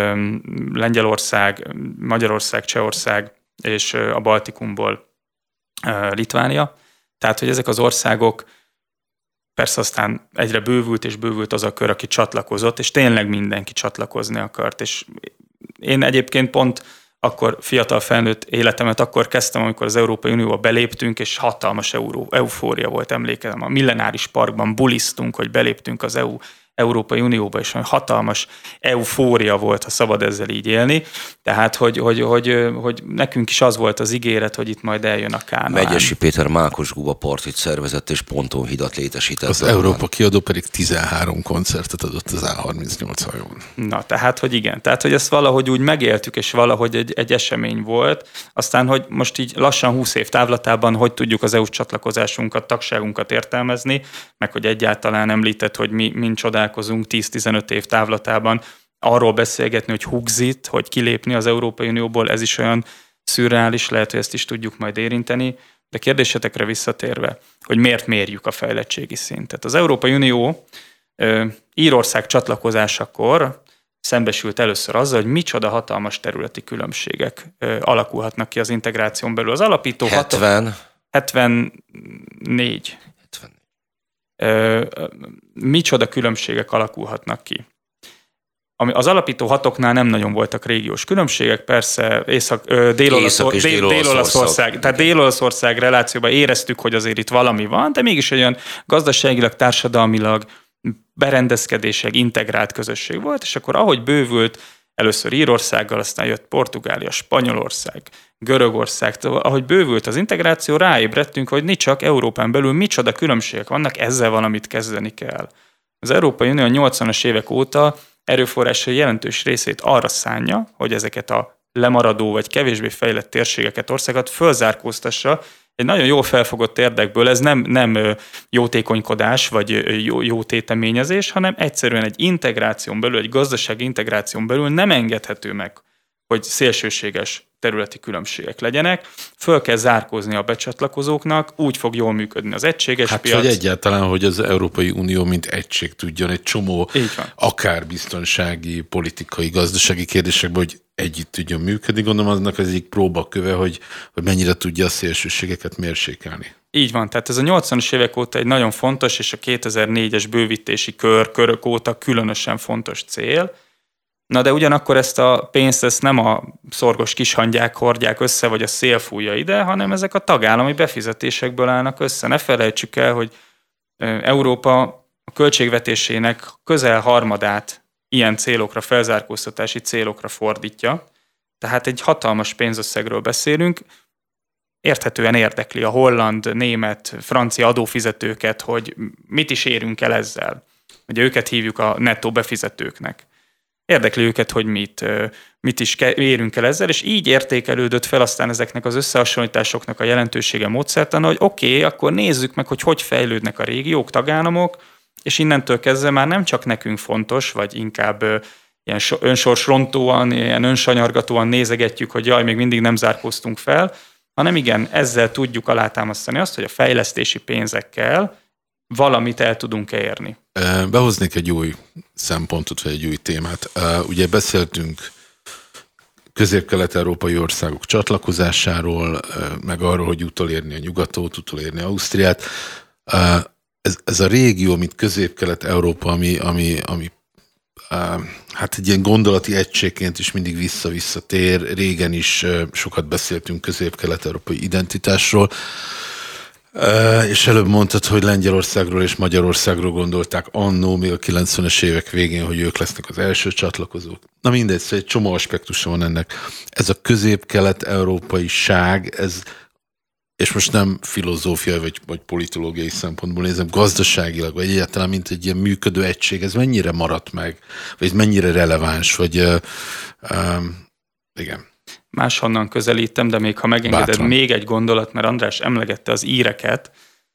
Lengyelország, Magyarország, Csehország és a Baltikumból Litvánia. Tehát, hogy ezek az országok, persze aztán egyre bővült és bővült az a kör, aki csatlakozott, és tényleg mindenki csatlakozni akart. És én egyébként pont akkor fiatal felnőtt életemet akkor kezdtem, amikor az Európai Unióba beléptünk, és hatalmas euró, eufória volt, emlékezem. A Millenáris Parkban bulisztunk, hogy beléptünk az E U, Európai Unióba, és hatalmas eufória volt, ha szabad ezzel így élni. Tehát, hogy, hogy, hogy, hogy nekünk is az volt az ígéret, hogy itt majd eljön a Kánaán. Megyesi Péter Mákosguba partit szervezett, és Pontonhidat létesített. Az Európa kiadó pedig tizenhárom koncertet adott az á harmincnyolc hajón. Na, tehát, hogy igen. Tehát, hogy ezt valahogy úgy megéltük, és valahogy egy, egy esemény volt. Aztán, hogy most így lassan húsz év távlatában, hogy tudjuk az é u-s csatlakozásunkat, tagságunkat értelmezni, meg hogy egyáltalán említett, hogy mi mind csodálkozunk tíz-tizenöt év távlatában, arról beszélgetni, hogy hugzit, hogy kilépni az Európai Unióból, ez is olyan szürreális, lehet, hogy ezt is tudjuk majd érinteni. De kérdésetekre visszatérve, hogy miért mérjük a fejlettségi szintet. Az Európai Unió Írország csatlakozásakor szembesült először azzal, hogy micsoda hatalmas területi különbségek alakulhatnak ki az integráción belül. Az alapító hetven hetvennégy Micsoda különbségek alakulhatnak ki. ami az alapító hatoknál nem nagyon voltak régiós különbségek, persze Észak, Dél-Olaszország, Dél, Dél-Olaszország, tehát Dél-Olaszország relációban éreztük, hogy azért itt valami van, de mégis egy olyan gazdaságilag, társadalmilag berendezkedések, integrált közösség volt, és akkor ahogy bővült, először Írországgal, aztán jött Portugália, Spanyolország, Görögország, ahogy bővült az integráció, ráébredtünk, hogy nincs csak Európán belül micsoda különbségek vannak, ezzel valamit kezdeni kell. Az Európai Unió a nyolcvanas évek óta erőforrásai jelentős részét arra szánja, hogy ezeket a lemaradó vagy kevésbé fejlett térségeket, országokat fölzárkóztassa. Egy nagyon jól felfogott érdekből, ez nem, nem jótékonykodás vagy jó, jó téteményezés, hanem egyszerűen egy integráción belül, egy gazdasági integráción belül nem engedhető meg, hogy szélsőséges területi különbségek legyenek. Föl kell zárkózni a becsatlakozóknak, úgy fog jól működni az egységes hát, piac. Hát, hogy egyáltalán, hogy az Európai Unió mint egység tudjon egy csomó akár biztonsági, politikai, gazdasági kérdésekben, hogy együtt tudjon működni. Gondolom aznak az egyik próbaköve, hogy, hogy mennyire tudja a szélsőségeket mérsékelni. Így van, tehát ez a nyolcvanas évek óta egy nagyon fontos, és a kétezer-négyes bővítési kör, körök óta különösen fontos cél. Na de ugyanakkor ezt a pénzt ezt nem a szorgos kishangyák hordják össze, vagy a szél fújja ide, hanem ezek a tagállami befizetésekből állnak össze. Ne felejtsük el, hogy Európa a költségvetésének közel harmadát ilyen célokra, felzárkóztatási célokra fordítja. Tehát egy hatalmas pénzösszegről beszélünk. Érthetően érdekli a holland, német, francia adófizetőket, hogy mit is érünk el ezzel. Ugye őket hívjuk a nettó befizetőknek. Érdekli őket, hogy mit, mit is érünk el ezzel, és így értékelődött fel aztán ezeknek az összehasonlításoknak a jelentősége módszertana, hogy oké, okay, akkor nézzük meg, hogy hogy fejlődnek a régiók, tagállamok, és innentől kezdve már nem csak nekünk fontos, vagy inkább ilyen önsorsrontóan, ilyen önsanyargatóan nézegetjük, hogy jaj, még mindig nem zárkóztunk fel, hanem igen, ezzel tudjuk alátámasztani azt, hogy a fejlesztési pénzekkel valamit el tudunk érni. Behoznék egy új szempontot, vagy egy új témát. Ugye beszéltünk közép-kelet-európai országok csatlakozásáról, meg arról, hogy utolérni a nyugatot, utolérni Ausztriát. Ez, ez a régió, mint közép-kelet-európa, ami, ami, ami hát egy ilyen gondolati egységként is mindig vissza-vissza tér. Régen is sokat beszéltünk közép-kelet-európai identitásról. Uh, és előbb mondtad, hogy Lengyelországról és Magyarországról gondolták annó, még a kilencvenes évek végén, hogy ők lesznek az első csatlakozók. Na mindegy, szóval egy csomó aspektusa van ennek. Ez a közép-kelet-európaiság, ez, és most nem filozófiai vagy, vagy politológiai szempontból nézem, gazdaságilag, vagy egyáltalán mint egy ilyen működő egység, ez mennyire maradt meg, vagy mennyire releváns, vagy uh, um, igen. Máshonnan közelítem, de még ha megengeded, Bátran. Még egy gondolat, mert András emlegette az íreket,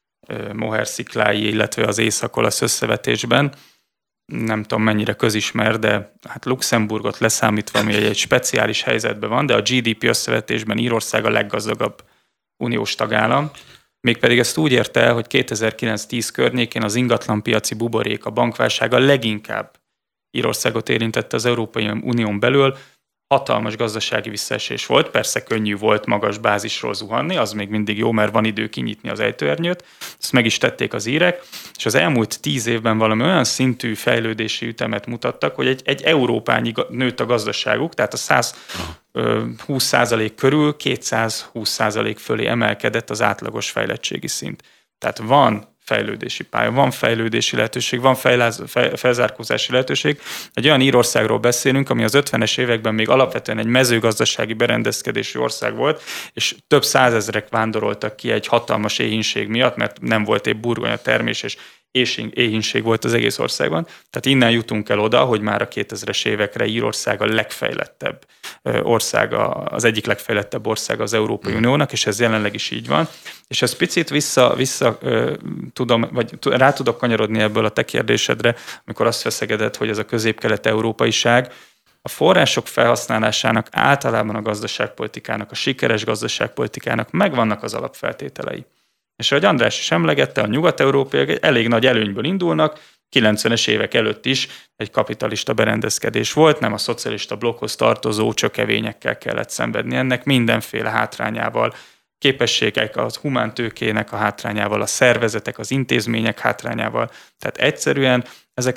Moher sziklái, illetve az észak-olasz összevetésben. Nem tudom, mennyire közismer, de hát Luxemburgot leszámítva, ami egy, egy speciális helyzetben van, de a gé dé pé összevetésben Írország a leggazdagabb uniós tagállam. Mégpedig ezt úgy érte el, hogy kétezer-kilenc-tíz környékén az ingatlanpiaci buborék, a bankválsága leginkább Írországot érintette az Európai Unión belül. Hatalmas gazdasági visszaesés volt, persze könnyű volt magas bázisról zuhanni, az még mindig jó, mert van idő kinyitni az ejtőernyőt, ezt meg is tették az írek, és az elmúlt tíz évben valami olyan szintű fejlődési ütemet mutattak, hogy egy, egy európányi nőtt a gazdaságuk, tehát a száz húsz százalék körül kétszázhúsz százalék fölé emelkedett az átlagos fejlettségi szint. Tehát van fejlődési pálya, van fejlődési lehetőség, van fejláz, fej, felzárkózási lehetőség. Egy olyan Írországról beszélünk, ami az ötvenes években még alapvetően egy mezőgazdasági berendezkedési ország volt, és több százezrek vándoroltak ki egy hatalmas éhínség miatt, mert nem volt épp burgonya termés, és éhínség volt az egész országban. Tehát innen jutunk el oda, hogy már a kétezres évekre Írország a legfejlettebb országa, az egyik legfejlettebb ország az Európai Uniónak, és ez jelenleg is így van. És ezt picit vissza, vissza tudom, vagy rá tudok kanyarodni ebből a te kérdésedre, amikor azt feszegedett, hogy ez a közép-kelet-európaiság a források felhasználásának, általában a gazdaságpolitikának, a sikeres gazdaságpolitikának megvannak az alapfeltételei. És ahogy András is emlegette, a nyugat-európaiak elég nagy előnyből indulnak, kilencvenes évek előtt is egy kapitalista berendezkedés volt, nem a szocialista blokkhoz tartozó csökevényekkel kellett szenvedni ennek, mindenféle hátrányával, képességek, az humántőkének a hátrányával, a szervezetek, az intézmények hátrányával. Tehát egyszerűen ezek a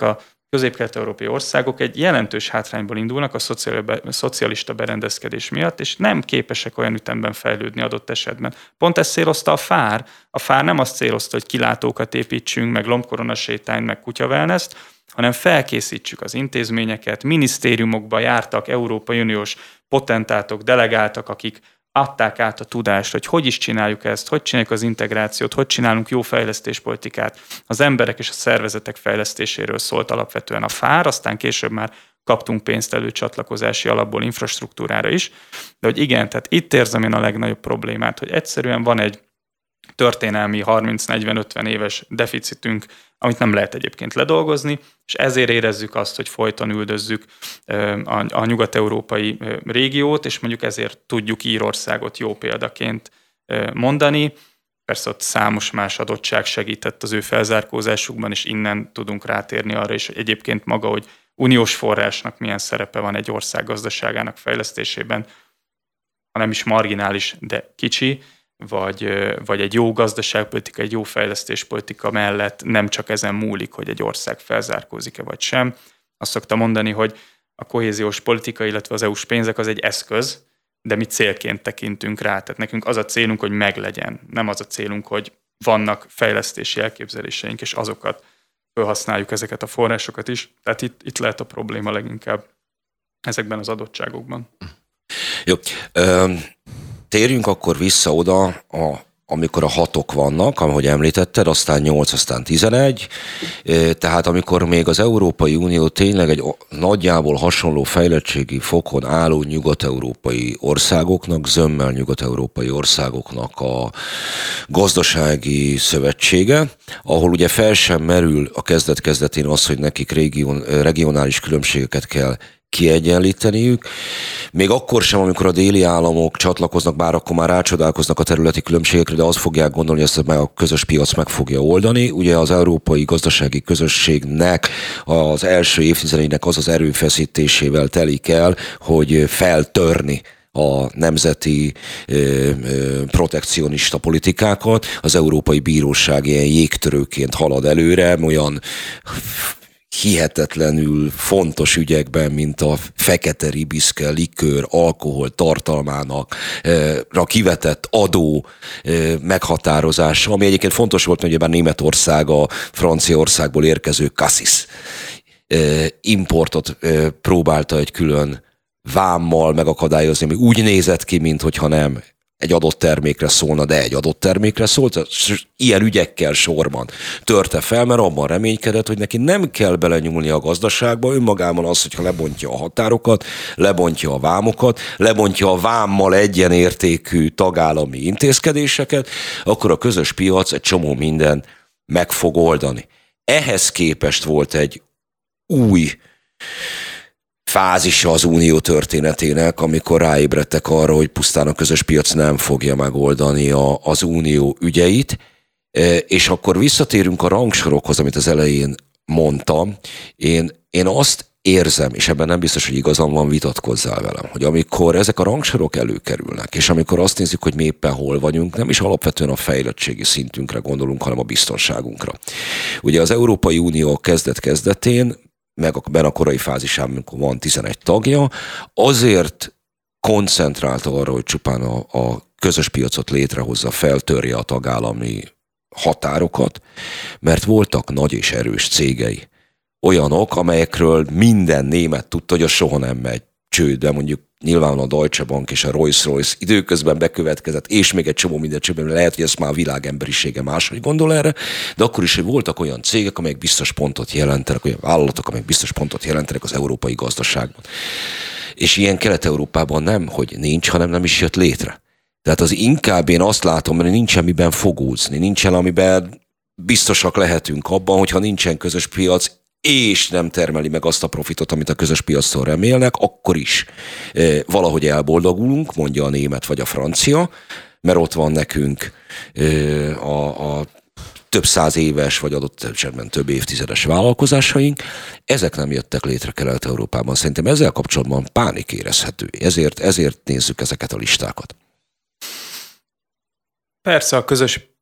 közép-kelet-európai országok egy jelentős hátrányból indulnak a szocialista berendezkedés miatt, és nem képesek olyan ütemben fejlődni adott esetben. Pont ezt célozta a FÁR. A FÁR nem azt célozta, hogy kilátókat építsünk, meg lombkoronasétányt, meg kutyavellneszt, hanem felkészítsük az intézményeket, minisztériumokba jártak Európai Uniós potentátok, delegáltak, akik adták át a tudást, hogy hogy is csináljuk ezt, hogy csináljuk az integrációt, hogy csinálunk jó fejlesztéspolitikát. Az emberek és a szervezetek fejlesztéséről szólt alapvetően a FÁR, aztán később már kaptunk pénzt előcsatlakozási alapból infrastruktúrára is. De hogy igen, tehát itt érzem én a legnagyobb problémát, hogy egyszerűen van egy történelmi harminc-negyven-ötven éves deficitünk, amit nem lehet egyébként ledolgozni, és ezért érezzük azt, hogy folyton üldözzük a, a nyugat-európai régiót, és mondjuk ezért tudjuk Írországot jó példaként mondani. Persze ott számos más adottság segített az ő felzárkózásukban, és innen tudunk rátérni arra is, hogy egyébként maga, hogy uniós forrásnak milyen szerepe van egy ország gazdaságának fejlesztésében, ha nem is marginális, de kicsi, Vagy, vagy egy jó gazdaságpolitika, egy jó fejlesztéspolitika mellett nem csak ezen múlik, hogy egy ország felzárkózik-e vagy sem. Azt szoktam mondani, hogy a kohéziós politika, illetve az é u-s pénzek az egy eszköz, de mi célként tekintünk rá. Tehát nekünk az a célunk, hogy meglegyen. Nem az a célunk, hogy vannak fejlesztési elképzeléseink, és azokat felhasználjuk, ezeket a forrásokat is. Tehát itt, itt lehet a probléma leginkább ezekben az adottságokban. Jó. Um... Térjünk akkor vissza oda, a, amikor a hatok vannak, ahogy említetted, aztán nyolc, aztán tizenegy, tehát amikor még az Európai Unió tényleg egy nagyjából hasonló fejlettségi fokon álló nyugat-európai országoknak, zömmel nyugat-európai országoknak a gazdasági szövetsége, ahol ugye fel sem merül a kezdet-kezdetén az, hogy nekik régión, regionális különbségeket kell kiegyenlíteniük. Még akkor sem, amikor a déli államok csatlakoznak, bár akkor már rácsodálkoznak a területi különbségekre, de azt fogják gondolni, hogy ezt a közös piac meg fogja oldani. Ugye az európai gazdasági közösségnek az első évtizedének az az erőfeszítésével telik el, hogy feltörni a nemzeti ö, ö, protekcionista politikákat. Az Európai Bíróság ilyen jégtörőként halad előre, olyan hihetetlenül fontos ügyekben, mint a fekete ribiszke likőr alkohol tartalmának ra kivetett adó meghatározása, ami egyébként fontos volt, hogy ebben Németország a Franciaországból érkező cassis importot próbálta egy külön vámmal megakadályozni, ami úgy nézett ki, mintha nem egy adott termékre szólna, de egy adott termékre szólt. Ilyen ügyekkel sorban törte fel, mert abban reménykedett, hogy neki nem kell belenyúlni a gazdaságba, önmagában az, hogyha lebontja a határokat, lebontja a vámokat, lebontja a vámmal egyenértékű tagállami intézkedéseket, akkor a közös piac egy csomó minden meg fog oldani. Ehhez képest volt egy új fázisa az unió történetének, amikor ráébredtek arra, hogy pusztán a közös piac nem fogja megoldani a, az unió ügyeit, és akkor visszatérünk a rangsorokhoz, amit az elején mondtam. Én, én azt érzem, és ebben nem biztos, hogy igazam van, vitatkozzál velem, hogy amikor ezek a rangsorok előkerülnek, és amikor azt nézzük, hogy mi éppen hol vagyunk, nem is alapvetően a fejlettségi szintünkre gondolunk, hanem a biztonságunkra. Ugye az Európai Unió kezdet-kezdetén, meg a, a korai fázisában, amikor van tizenegy tagja, azért koncentrált arra, hogy csupán a, a közös piacot létrehozza, feltörje a tagállami határokat, mert voltak nagy és erős cégei. Olyanok, amelyekről minden német tudta, hogy az soha nem megy csődbe, mondjuk nyilván a Deutsche Bank és a Rolls-Royce időközben bekövetkezett, és még egy csomó minden csődben, lehet, hogy ezt már a világ emberisége máshogy gondol erre, de akkor is, hogy voltak olyan cégek, amelyek biztos pontot jelentenek, olyan vállalatok, amelyek biztos pontot jelentenek az európai gazdaságban. És ilyen Kelet-Európában nem, hogy nincs, hanem nem is jött létre. Tehát az inkább én azt látom, hogy nincsen miben fogózni, nincsen amiben biztosak lehetünk abban, hogyha nincsen közös piac, és nem termeli meg azt a profitot, amit a közös piactól remélnek, akkor is e, valahogy elboldogulunk, mondja a német vagy a francia, mert ott van nekünk e, a, a több száz éves, vagy adott esetben több évtizedes vállalkozásaink. Ezek nem jöttek létre Kelet-Európában. Szerintem ezzel kapcsolatban pánik érezhető. Ezért, ezért nézzük ezeket a listákat. Persze a közös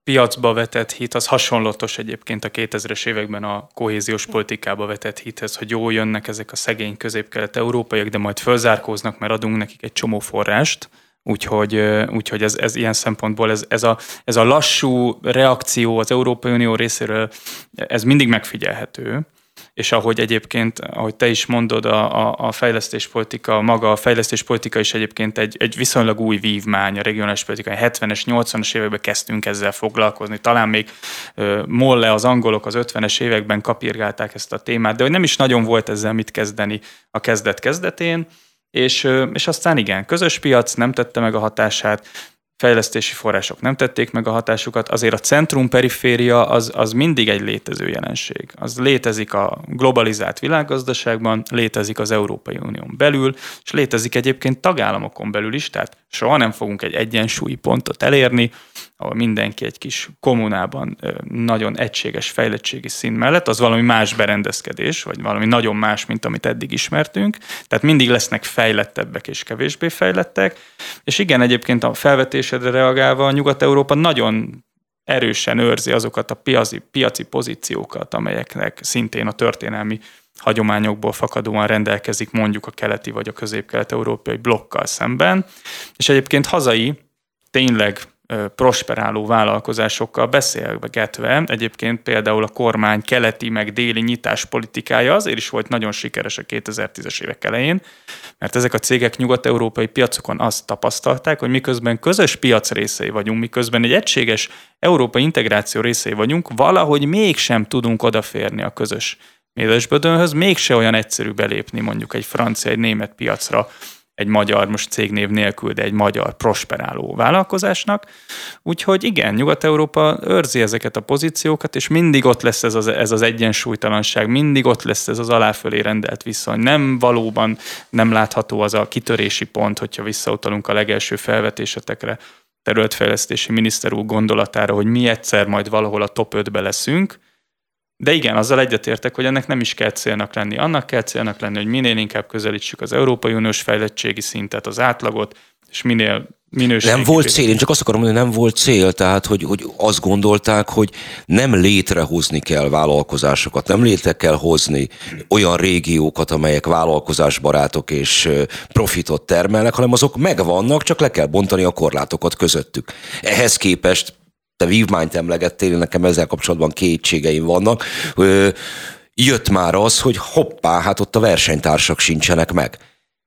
piacba vetett hit, az hasonlatos egyébként a kétezres években a kohéziós politikába vetett hithez, hogy jó, jönnek ezek a szegény közép-kelet-európaiak, de majd fölzárkóznak, mert adunk nekik egy csomó forrást. Úgyhogy, úgyhogy ez, ez ilyen szempontból ez, ez, a, ez a lassú reakció az Európai Unió részéről, ez mindig megfigyelhető. És ahogy egyébként, ahogy te is mondod, a, a, a fejlesztéspolitika, maga a fejlesztéspolitika is egyébként egy, egy viszonylag új vívmány, a regionális politika. A hetvenes, nyolcvanas években kezdtünk ezzel foglalkozni. Talán még uh, Molle, az angolok az ötvenes években kapirgálták ezt a témát, de hogy nem is nagyon volt ezzel mit kezdeni a kezdet-kezdetén. És, és aztán igen, közös piac nem tette meg a hatását, fejlesztési források nem tették meg a hatásukat, azért a centrum-periféria az, az mindig egy létező jelenség. Az létezik a globalizált világgazdaságban, létezik az Európai Unión belül, és létezik egyébként tagállamokon belül is, tehát soha nem fogunk egy egyensúlyi pontot elérni, ahol mindenki egy kis kommunában nagyon egységes fejlettségi szint mellett, az valami más berendezkedés, vagy valami nagyon más, mint amit eddig ismertünk. Tehát mindig lesznek fejlettebbek és kevésbé fejlettek. És igen, egyébként a felvetésedre reagálva Nyugat-Európa nagyon erősen őrzi azokat a piaci, piaci pozíciókat, amelyeknek szintén a történelmi hagyományokból fakadóan rendelkezik mondjuk a keleti vagy a közép-kelet-európai blokkal szemben. És egyébként hazai, tényleg prosperáló vállalkozásokkal beszélgetve, egyébként például a kormány keleti meg déli nyitás politikája azért is volt nagyon sikeres a kétezer-tízes évek elején, mert ezek a cégek nyugat-európai piacokon azt tapasztalták, hogy miközben közös piac részei vagyunk, miközben egy egységes európai integráció részei vagyunk, valahogy mégsem tudunk odaférni a közös mézesbödönhöz, mégse olyan egyszerű belépni mondjuk egy francia, egy német piacra, egy magyar, most cégnév nélkül, de egy magyar prosperáló vállalkozásnak. Úgyhogy igen, Nyugat-Európa őrzi ezeket a pozíciókat, és mindig ott lesz ez az, ez az egyensúlytalanság, mindig ott lesz ez az aláfölé rendelt viszony. Nem valóban nem látható az a kitörési pont, hogyha visszautalunk a legelső felvetésetekre, területfejlesztési miniszter úr gondolatára, hogy mi egyszer majd valahol a top ötbe leszünk. De igen, azzal egyetértek, hogy ennek nem is kell célnak lenni. Annak kell célnak lenni, hogy minél inkább közelítsük az Európai Uniós fejlettségi szintet, az átlagot, és minél minőségi. Nem volt cél, én csak azt akarom mondani, hogy nem volt cél, tehát hogy, hogy azt gondolták, hogy nem létrehozni kell vállalkozásokat, nem létre kell hozni olyan régiókat, amelyek vállalkozásbarátok és profitot termelnek, hanem azok megvannak, csak le kell bontani a korlátokat közöttük. Ehhez képest te vívmányt emlegettél, nekem ezzel kapcsolatban kétségeim vannak. Ö, jött már az, hogy hoppá, hát ott a versenytársak sincsenek meg.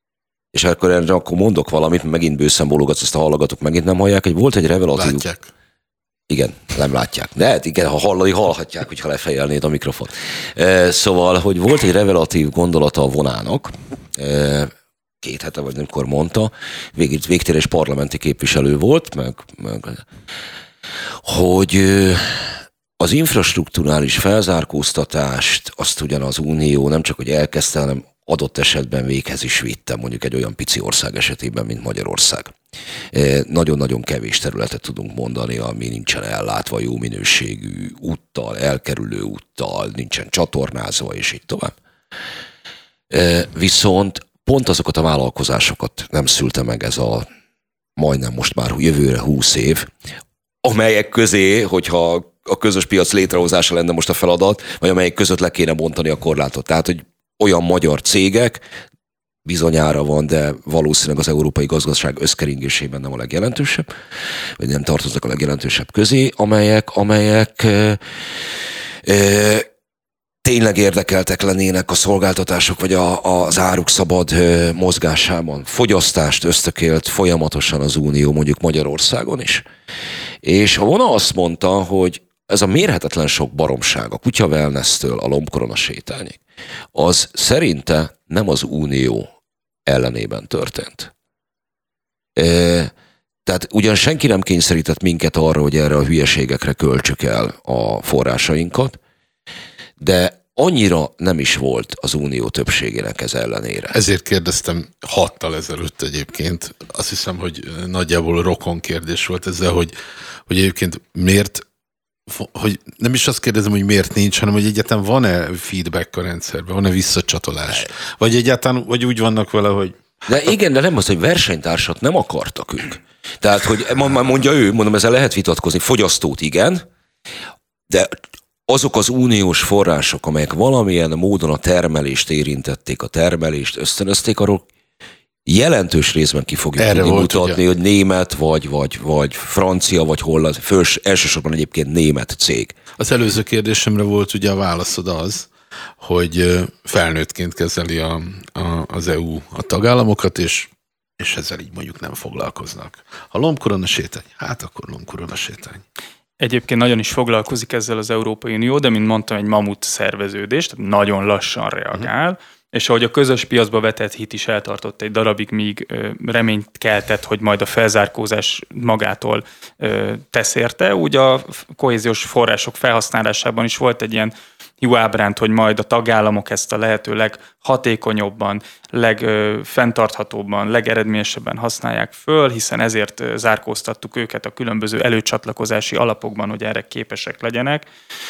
És akkor, akkor mondok valamit, megint bőszen bólogatsz, ezt a hallgatók megint nem hallják, hogy volt egy revelatív... Látják. Igen, nem látják. De hát igen, ha hallani, hallhatják, hogyha lefejelnéd a mikrofon. E, szóval, hogy volt egy revelatív gondolata a vonának, e, két hete vagy amikor mondta, vég, végtérés parlamenti képviselő volt, meg... meg hogy az infrastrukturális felzárkóztatást azt ugyan az Unió nem csak hogy elkezdte, hanem adott esetben véghez is vitte, mondjuk egy olyan pici ország esetében, mint Magyarország. Nagyon-nagyon kevés területet tudunk mondani, ami nincsen ellátva jó minőségű úttal, elkerülő úttal, nincsen csatornázva, és így tovább. Viszont pont azokat a vállalkozásokat nem szülte meg ez a majdnem most már jövőre húsz év, amelyek közé, hogyha a közös piac létrehozása lenne most a feladat, vagy amelyek között le kéne bontani a korlátot. Tehát, hogy olyan magyar cégek, bizonyára van, de valószínűleg az európai gazdaság összkeringésében nem a legjelentősebb, vagy nem tartoznak a legjelentősebb közé, amelyek, amelyek e, e, tényleg érdekeltek lennének a szolgáltatások vagy a, az áruk szabad e, mozgásában. Fogyasztást ösztökélt folyamatosan az Unió, mondjuk Magyarországon is. És a vona azt mondta, hogy ez a mérhetetlen sok baromság, a kutya wellness-től a lombkorona sétányig, az szerinte nem az Unió ellenében történt. E, tehát ugyan senki nem kényszerített minket arra, hogy erre a hülyeségekre költsük el a forrásainkat, de annyira nem is volt az Unió többségének ez ellenére. Ezért kérdeztem hattal ezelőtt egyébként. Azt hiszem, hogy nagyjából rokon kérdés volt ezzel, hogy, hogy egyébként miért, hogy nem is azt kérdezem, hogy miért nincs, hanem hogy egyáltalán van-e feedback a rendszerben, van-e visszacsatolás? Vagy egyáltalán vagy úgy vannak vele, hogy... De igen, de nem az, hogy versenytársat nem akartak ők. Tehát, hogy mondja ő, mondom, ezzel lehet vitatkozni, fogyasztót igen, de azok az uniós források, amelyek valamilyen módon a termelést érintették, a termelést ösztönözték, arról jelentős részben ki fogjuk Erre tudni volt, mutatni, ugye? hogy német, vagy, vagy, vagy francia, vagy holland, fős, elsősorban egyébként német cég. Az előző kérdésemre volt ugye a válaszod az, hogy felnőttként kezeli a, a, az é u a tagállamokat, és, és ezzel így mondjuk nem foglalkoznak. Ha lombkorona sétány, hát akkor lombkorona sétány. Egyébként nagyon is foglalkozik ezzel az Európai Unió, de mint mondtam, egy mamut szerveződés, tehát nagyon lassan reagál, uh-huh. és ahogy a közös piacba vetett hit is eltartott egy darabig, míg ö, reményt keltett, hogy majd a felzárkózás magától ö, tesz érte, úgy a kohéziós források felhasználásában is volt egy ilyen jó ábránt, hogy majd a tagállamok ezt a lehető leghatékonyabban, legfenntarthatóbban, legeredményesebben használják föl, hiszen ezért zárkóztattuk őket a különböző előcsatlakozási alapokban, hogy erre képesek legyenek.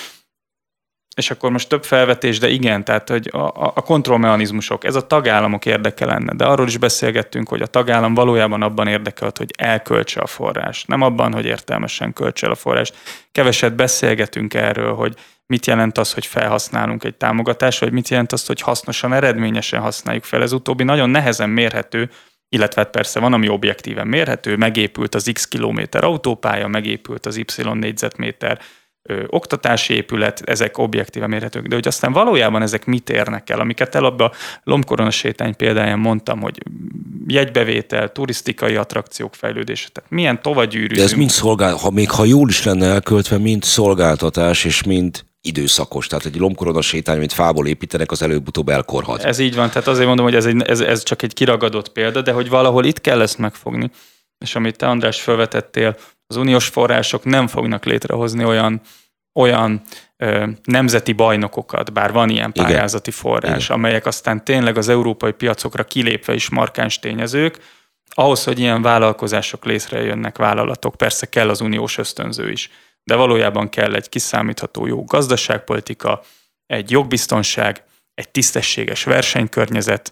És akkor most több felvetés, de igen, tehát hogy a, a kontrollmechanizmusok, ez a tagállamok érdeke lenne, de arról is beszélgettünk, hogy a tagállam valójában abban érdekelt, hogy elköltse a forrást, nem abban, hogy értelmesen költse el a forrást. Keveset beszélgetünk erről, hogy mit jelent az, hogy felhasználunk egy támogatást, vagy mit jelent az, hogy hasznosan, eredményesen használjuk fel. Ez utóbbi nagyon nehezen mérhető, illetve persze van, ami objektíven mérhető, megépült az X kilométer autópálya, megépült az Y négyzetméter ö, oktatási épület, ezek objektíven mérhetők, de hogy aztán valójában ezek mit érnek el, amiket előbb a lombkorona sétány példáján mondtam, hogy jegybevétel, turisztikai attrakciók fejlődése, tehát milyen tovagyűrűzünk. De ez mind szolgál, ha még ha jól is lenne elköltve, mind szolgáltatás, és mind időszakos. Tehát egy lombkorona sétány, amit fából építenek, az előbb-utóbb elkorhat. Ez így van, tehát azért mondom, hogy ez, egy, ez, ez csak egy kiragadott példa, de hogy valahol itt kell ezt megfogni. És amit te, András, felvetettél, az uniós források nem fognak létrehozni olyan, olyan ö, nemzeti bajnokokat, bár van ilyen pályázati Igen. forrás, Igen. amelyek aztán tényleg az európai piacokra kilépve is markáns tényezők. Ahhoz, hogy ilyen vállalkozások létrejönnek, vállalatok, persze kell az uniós ösztönző is, de valójában kell egy kiszámítható jó gazdaságpolitika, egy jogbiztonság, egy tisztességes versenykörnyezet.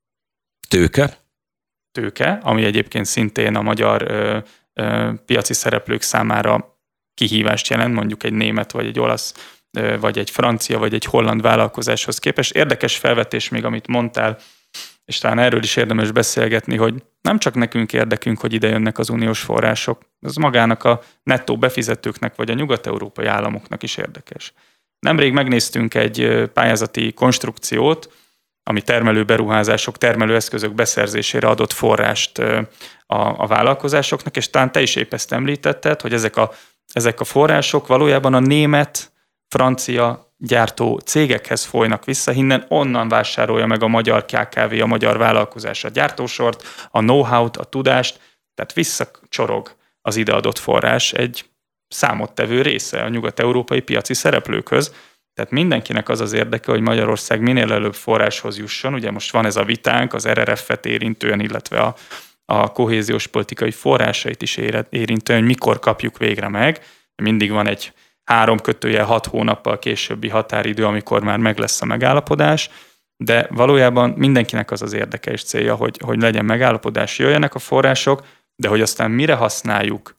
Tőke. Tőke, ami egyébként szintén a magyar ö, ö, piaci szereplők számára kihívást jelent, mondjuk egy német, vagy egy olasz, ö, vagy egy francia, vagy egy holland vállalkozáshoz képest. Érdekes felvetés még, amit mondtál, és talán erről is érdemes beszélgetni, hogy nem csak nekünk érdekünk, hogy ide jönnek az uniós források, az magának a nettó befizetőknek, vagy a nyugat-európai államoknak is érdekes. Nemrég megnéztünk egy pályázati konstrukciót, ami termelő beruházások, termelő eszközök beszerzésére adott forrást a, a vállalkozásoknak, és talán te is épp ezt említetted, hogy ezek a, ezek a források valójában a német, francia gyártó cégekhez folynak vissza, hinnen onnan vásárolja meg a magyar ká ká vé, a magyar vállalkozás a gyártósort, a know-how-t, a tudást, tehát visszacsorog az ideadott forrás egy számottevő része a nyugat-európai piaci szereplőkhöz. Tehát mindenkinek az az érdeke, hogy Magyarország minél előbb forráshoz jusson. Ugye most van ez a vitánk az er er ef-et érintően, illetve a, a kohéziós politikai forrásait is érintően, hogy mikor kapjuk végre meg. Mindig van egy három kötőjel hat hónappal későbbi határidő, amikor már meg lesz a megállapodás, de valójában mindenkinek az az érdeke és célja, hogy, hogy legyen megállapodás, jöjjenek a források, de hogy aztán mire használjuk,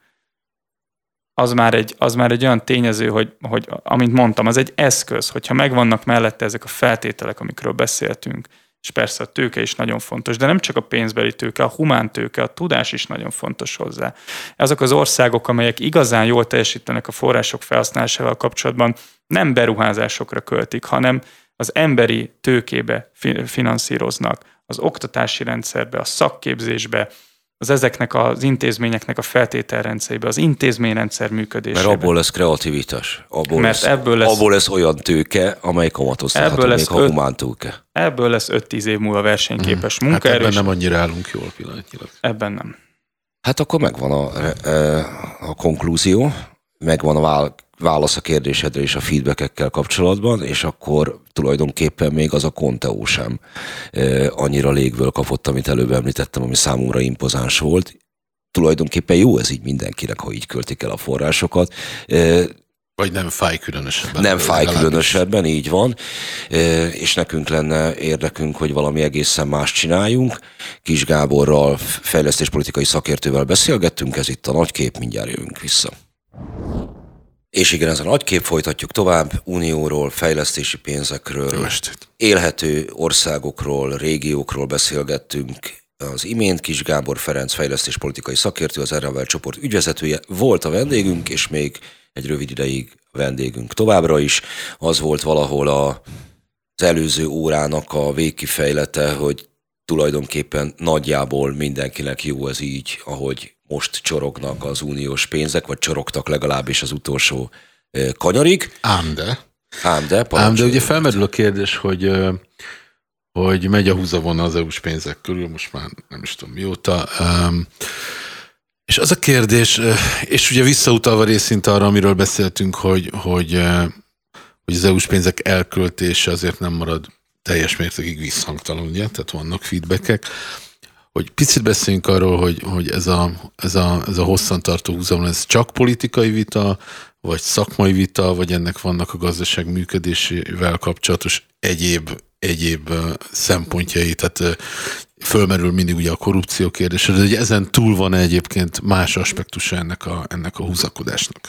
az már egy, az már egy olyan tényező, hogy, hogy amint mondtam, az egy eszköz, hogyha megvannak mellette ezek a feltételek, amikről beszéltünk, és persze a tőke is nagyon fontos, de nem csak a pénzbeli tőke, a humán tőke, a tudás is nagyon fontos hozzá. Azok az országok, amelyek igazán jól teljesítenek a források felhasználásával kapcsolatban, nem beruházásokra költik, hanem az emberi tőkébe finanszíroznak, az oktatási rendszerbe, a szakképzésbe, az ezeknek az intézményeknek a feltételrendszerébe, az intézményrendszer működésébe. Mert abból lesz kreativitás. Abból, Mert lesz, ebből lesz, abból lesz olyan tőke, amely kamatoztatható, még a humán tőke. Ebből lesz öt-tíz év múlva versenyképes hmm. munkaerő. Hát ebben nem annyira állunk jól pillanatnyilag. Ebben nem. Hát akkor megvan a, a konklúzió, megvan a válasz a kérdésedre és a feedbackekkel kapcsolatban, és akkor tulajdonképpen még az a Conteo sem annyira légből kapott, amit előbb említettem, ami számomra impozáns volt. Tulajdonképpen jó ez így mindenkinek, ha így költik el a forrásokat. Vagy nem fáj különösebben. Nem fáj különösebben, így van, és nekünk lenne érdekünk, hogy valami egészen más csináljunk. Kis Gáborral, fejlesztéspolitikai szakértővel beszélgettünk, ez itt a Nagykép, mindjárt jövünk vissza. És igen, ez a Nagykép, folytatjuk tovább, unióról, fejlesztési pénzekről, élhető országokról, régiókról beszélgettünk. Az imént Kis Gábor Ferenc fejlesztéspolitikai szakértő, az Erravel csoport ügyvezetője volt a vendégünk, és még egy rövid ideig vendégünk továbbra is. Az volt valahol a, az előző órának a végkifejlete, hogy tulajdonképpen nagyjából mindenkinek jó ez így, ahogy most csorognak az uniós pénzek, vagy csorogtak legalábbis az utolsó kanyarig. Ám de. Ám de, Ám de ugye felmerül a kérdés, hogy, hogy megy a húzavona az é u-s pénzek körül, most már nem is tudom mióta. És az a kérdés, és ugye visszautalva részint arra, amiről beszéltünk, hogy, hogy, hogy az é u-s pénzek elköltése azért nem marad teljes mértékig visszhangtalan, ugye? Tehát vannak feedbackek. Hogy picit beszéljünk arról, hogy, hogy ez, a, ez, a, ez a hosszantartó húzavona, ez csak politikai vita, vagy szakmai vita, vagy ennek vannak a gazdaság működésével kapcsolatos egyéb, egyéb szempontjai, tehát fölmerül mindig ugye a korrupció kérdése, de hogy ezen túl van egyébként más aspektusa ennek a, ennek a húzakodásnak?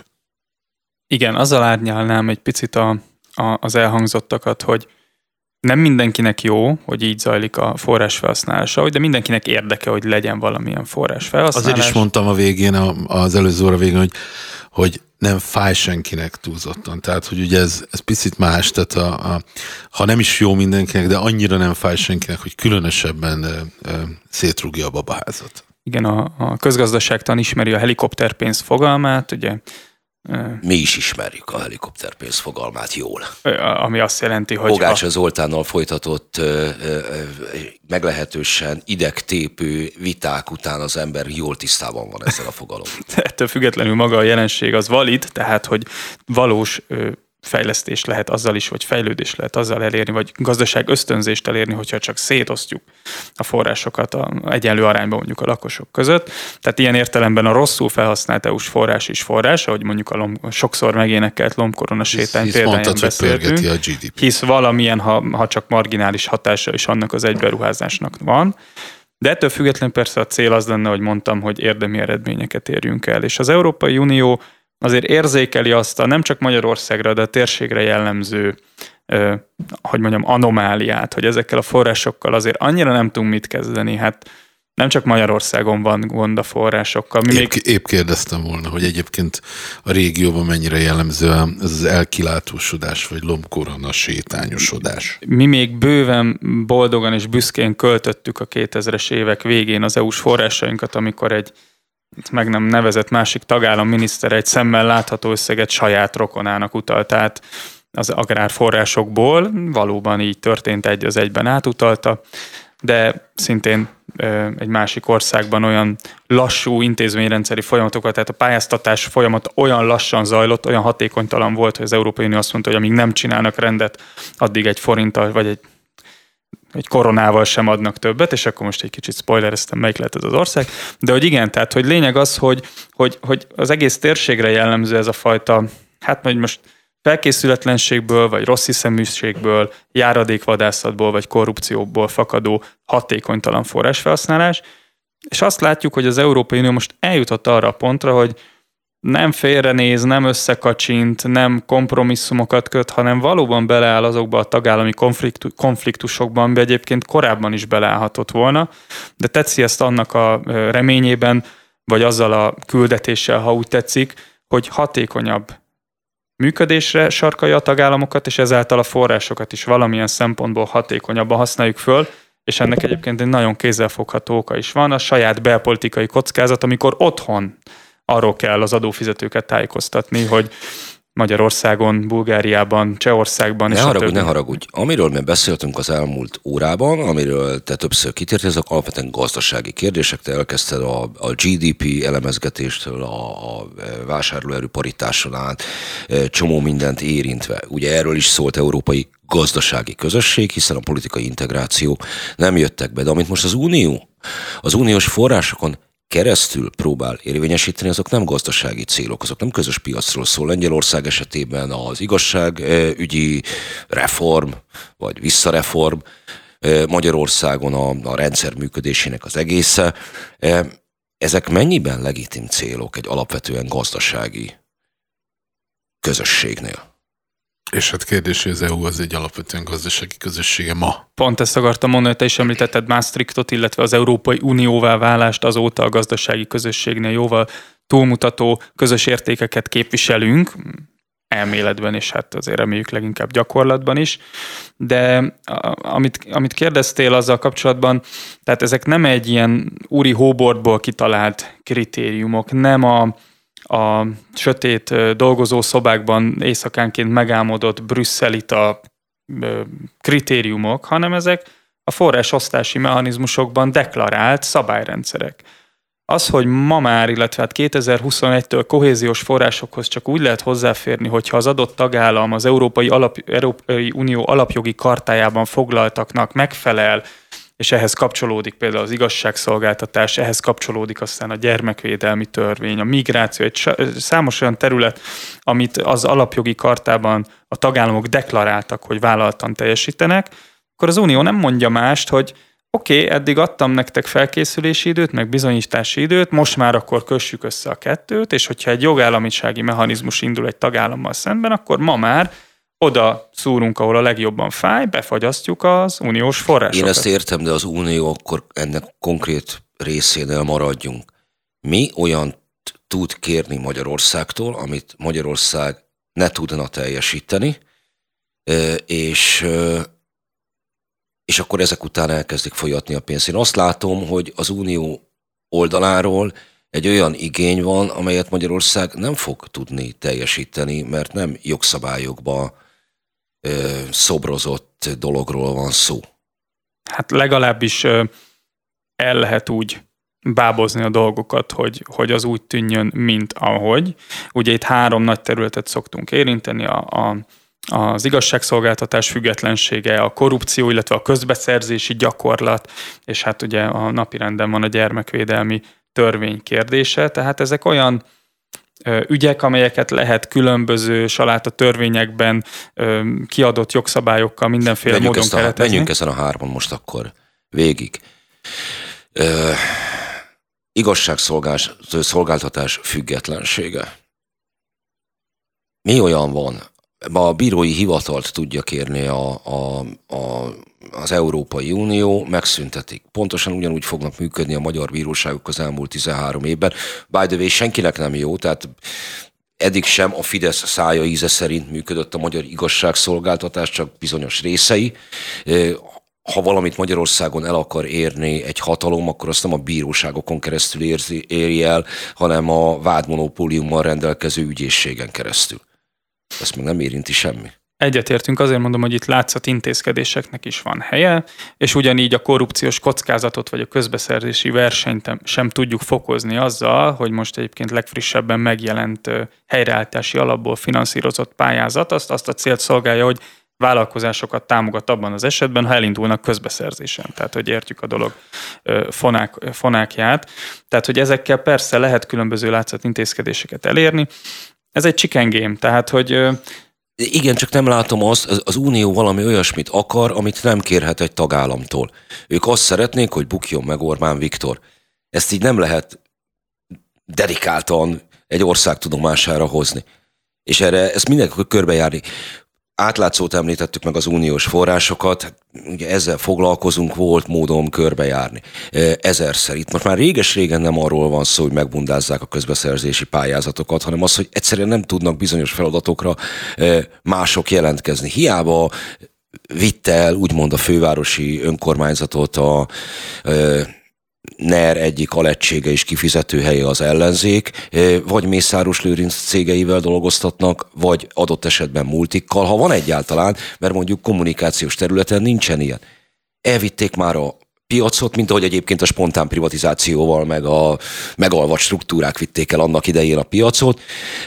Igen, azzal árnyalnám egy picit a, a, az elhangzottakat, hogy nem mindenkinek jó, hogy így zajlik a forrásfelhasználása, de mindenkinek érdeke, hogy legyen valamilyen forrásfelhasználás. Azért is mondtam a végén, az előző óra végén, hogy, hogy nem fáj senkinek túlzottan. Tehát, hogy ugye ez, ez picit más, tehát a, a, ha nem is jó mindenkinek, de annyira nem fáj senkinek, hogy különösebben e, e, szétrúgja a babaházat. Igen, a, a közgazdaságtan ismeri a helikopterpénz fogalmát, ugye. Mi is ismerjük a helikopterpénz fogalmát jól. Ami azt jelenti, hogy... Pogácsa Zoltánnal folytatott ö, ö, meglehetősen idegtépő viták után az ember jól tisztában van ezzel a fogalom. Ettől függetlenül maga a jelenség az valid, tehát hogy valós ö, fejlesztés lehet azzal is, vagy fejlődés lehet azzal elérni, vagy gazdaság ösztönzést elérni, hogyha csak szétosztjuk a forrásokat a egyenlő arányban mondjuk a lakosok között. Tehát ilyen értelemben a rosszul felhasznált é u-s forrás is forrás, ahogy mondjuk a lom, sokszor megénekelt lombkorona sétány példáján beszéltünk, a gé dé pé. Hisz valamilyen, ha, ha csak marginális hatása is annak az egyberuházásnak van. De ettől függetlenül persze a cél az lenne, hogy mondtam, hogy érdemi eredményeket érjünk el. És az Európai Unió azért érzékeli azt a nem csak Magyarországra, de a térségre jellemző, eh, hogy mondjam, anomáliát, hogy ezekkel a forrásokkal azért annyira nem tudunk mit kezdeni. Hát nem csak Magyarországon van gond a forrásokkal. Mi épp, még... épp kérdeztem volna, hogy egyébként a régióban mennyire jellemző ez az elkilátósodás, vagy lombkorona sétányosodás. Mi még bőven boldogan és büszkén költöttük a kétezres évek végén az é u-s forrásainkat, amikor egy meg nem nevezett másik tagállam minisztere egy szemmel látható összeget saját rokonának utalt át az agrárforrásokból. Valóban így történt, egy az egyben átutalta, de szintén egy másik országban olyan lassú intézményrendszeri folyamatokat, tehát a pályáztatás folyamat olyan lassan zajlott, olyan hatékonytalan volt, hogy az Európai Unió azt mondta, hogy amíg nem csinálnak rendet, addig egy forinttal vagy egy egy koronával sem adnak többet, és akkor most egy kicsit spoilereztem, melyik lehet ez az ország, de hogy igen, tehát hogy lényeg az, hogy, hogy, hogy az egész térségre jellemző ez a fajta, hát hogy most felkészületlenségből, vagy rossz hiszeműségből, járadékvadászatból, vagy korrupcióból fakadó hatékonytalan forrásfelhasználás, és azt látjuk, hogy az Európai Unió most eljutott arra a pontra, hogy nem félrenéz, nem összekacsint, nem kompromisszumokat köt, hanem valóban beleáll azokba a tagállami konfliktusokban, ami egyébként korábban is beleállhatott volna, de tetszi ezt annak a reményében, vagy azzal a küldetéssel, ha úgy tetszik, hogy hatékonyabb működésre sarkalja a tagállamokat, és ezáltal a forrásokat is valamilyen szempontból hatékonyabban használjuk föl, és ennek egyébként egy nagyon kézzelfogható oka is van, a saját belpolitikai kockázat, amikor otthon arról kell az adófizetőket tájékoztatni, hogy Magyarországon, Bulgáriában, Csehországban ne és haragudj, a többi. Ne haragudj, amiről mi beszéltünk az elmúlt órában, amiről te többször kitértél, ezek alapvetően gazdasági kérdések, te elkezdted a, a gé dé pé elemezgetéstől, a, a vásárlóerő paritáson át, csomó mindent érintve. Ugye erről is szólt európai gazdasági közösség, hiszen a politikai integráció nem jöttek be, de amit most az Unió, az uniós forrásokon keresztül próbál érvényesíteni, azok nem gazdasági célok, azok nem közös piacról szól. Lengyelország esetében az igazságügyi reform, vagy visszareform, Magyarországon a, a rendszer működésének az egésze. Ezek mennyiben legitim célok egy alapvetően gazdasági közösségnél? És hát kérdés, hogy az é u az egy alapvetően gazdasági közössége ma. Pont ezt akartam mondani, hogy te is említetted Maastrichtot, illetve az Európai Unióvá válást, azóta a gazdasági közösségnél jóval túlmutató közös értékeket képviselünk, elméletben, és hát azért reméljük leginkább gyakorlatban is. De amit, amit kérdeztél azzal kapcsolatban, tehát ezek nem egy ilyen úri hóbordból kitalált kritériumok, nem a a sötét dolgozószobákban éjszakánként megálmodott brüsszelita kritériumok, hanem ezek a forrásosztási mechanizmusokban deklarált szabályrendszerek. Az, hogy ma már, illetve hát kétezer-huszonegytől kohéziós forrásokhoz csak úgy lehet hozzáférni, hogyha az adott tagállam az Európai, Alap, Európai Unió alapjogi kartájában foglaltaknak megfelel, és ehhez kapcsolódik például az igazságszolgáltatás, ehhez kapcsolódik aztán a gyermekvédelmi törvény, a migráció, egy számos olyan terület, amit az alapjogi kartában a tagállamok deklaráltak, hogy vállaltan teljesítenek, akkor az Unió nem mondja mást, hogy oké, okay, eddig adtam nektek felkészülési időt, meg bizonyítási időt, most már akkor kössük össze a kettőt, és hogyha egy jogállamisági mechanizmus indul egy tagállammal szemben, akkor ma már oda szúrunk, ahol a legjobban fáj, befagyasztjuk az uniós forrásokat. Én ezt értem, de az Unió akkor ennek konkrét részénél maradjunk. Mi olyan tud kérni Magyarországtól, amit Magyarország ne tudna teljesíteni, és, és akkor ezek után elkezdik folyatni a pénzt. Én azt látom, hogy az Unió oldaláról egy olyan igény van, amelyet Magyarország nem fog tudni teljesíteni, mert nem jogszabályokba szobrozott dologról van szó. Hát legalábbis el lehet úgy bábozni a dolgokat, hogy, hogy az úgy tűnjön, mint ahogy. Ugye itt három nagy területet szoktunk érinteni, a, a, az igazságszolgáltatás függetlensége, a korrupció, illetve a közbeszerzési gyakorlat, és hát ugye a napirenden van a gyermekvédelmi törvény kérdése, tehát ezek olyan ügyek, amelyeket lehet különböző saláta törvényekben kiadott jogszabályokkal mindenféle menjünk módon keretezni. Menjünk ezen a hárman most akkor végig. Ö, igazságszolgáltatás függetlensége. Mi olyan van? A bírói hivatalt tudja kérni a, a, a, az Európai Unió, megszüntetik. Pontosan ugyanúgy fognak működni a magyar bíróságok az elmúlt tizenhárom évben. By the way, senkinek nem jó, tehát eddig sem a Fidesz szája íze szerint működött a magyar igazságszolgáltatás, csak bizonyos részei. Ha valamit Magyarországon el akar érni egy hatalom, akkor azt nem a bíróságokon keresztül érzi, éri el, hanem a vádmonopóliummal rendelkező ügyészségen keresztül. Ezt még nem érinti semmi. Egyetértünk, azért mondom, hogy itt látszat intézkedéseknek is van helye, és ugyanígy a korrupciós kockázatot vagy a közbeszerzési versenyt sem tudjuk fokozni azzal, hogy most egyébként legfrissebben megjelent helyreállítási alapból finanszírozott pályázat azt, azt a célt szolgálja, hogy vállalkozásokat támogat abban az esetben, ha elindulnak közbeszerzésen. Tehát, hogy értjük a dolog fonák, fonákját. Tehát, hogy ezekkel persze lehet különböző látszat intézkedéseket elérni. Ez egy chicken game, tehát, hogy... Igen, csak nem látom azt, az Unió valami olyasmit akar, amit nem kérhet egy tagállamtól. Ők azt szeretnék, hogy bukjon meg Orbán Viktor. Ezt így nem lehet dedikáltan egy ország tudomására hozni. És erre ezt mindenki körbejárni. Átlátszót említettük meg az uniós forrásokat, ugye ezzel foglalkozunk, volt módom körbejárni. Ezerszer itt. Most már réges-régen nem arról van szó, hogy megbundázzák a közbeszerzési pályázatokat, hanem az, hogy egyszerűen nem tudnak bizonyos feladatokra mások jelentkezni. Hiába vitte el úgymond a fővárosi önkormányzatot a en e er egyik alegysége és kifizetőhelye az ellenzék, vagy Mészáros Lőrinc cégeivel dolgoztatnak, vagy adott esetben multikkal, ha van egyáltalán, mert mondjuk kommunikációs területen nincsen ilyen. Elvitték már a piacot, mint ahogy egyébként a spontán privatizációval, meg a megalvat struktúrák vitték el annak idején a piacot.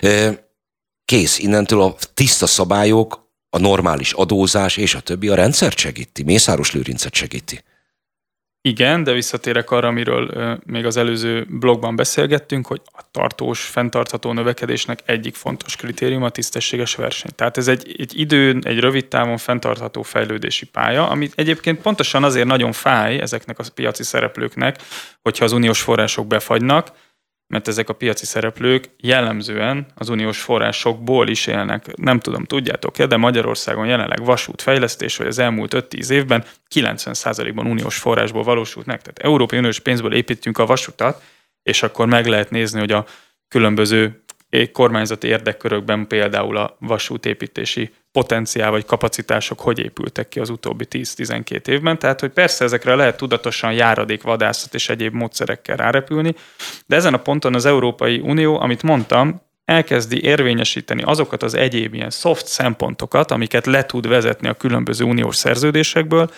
Kész, innentől a tiszta szabályok, a normális adózás és a többi a rendszert segíti, Mészáros Lőrincet segíti. Igen, de visszatérek arra, amiről ö, még az előző blogban beszélgettünk, hogy a tartós, fenntartható növekedésnek egyik fontos kritérium a tisztességes verseny. Tehát ez egy, egy idő, egy rövid távon fenntartható fejlődési pálya, amit egyébként pontosan azért nagyon fáj ezeknek a piaci szereplőknek, hogyha az uniós források befagynak, mert ezek a piaci szereplők jellemzően az uniós forrásokból is élnek. Nem tudom, tudjátok-e, de Magyarországon jelenleg vasútfejlesztés, vagy az elmúlt öt-tíz évben kilencven százalékban uniós forrásból valósult meg. Tehát Európai Uniós pénzből építünk a vasutat, és akkor meg lehet nézni, hogy a különböző kormányzati érdekkörökben például a vasútépítési potenciál vagy kapacitások hogy épültek ki az utóbbi tíz-tizenkét évben. Tehát, hogy persze ezekre lehet tudatosan járadékvadászat és egyéb módszerekkel rárepülni, de ezen a ponton az Európai Unió, amit mondtam, elkezdi érvényesíteni azokat az egyéb ilyen soft szempontokat, amiket le tud vezetni a különböző uniós szerződésekből,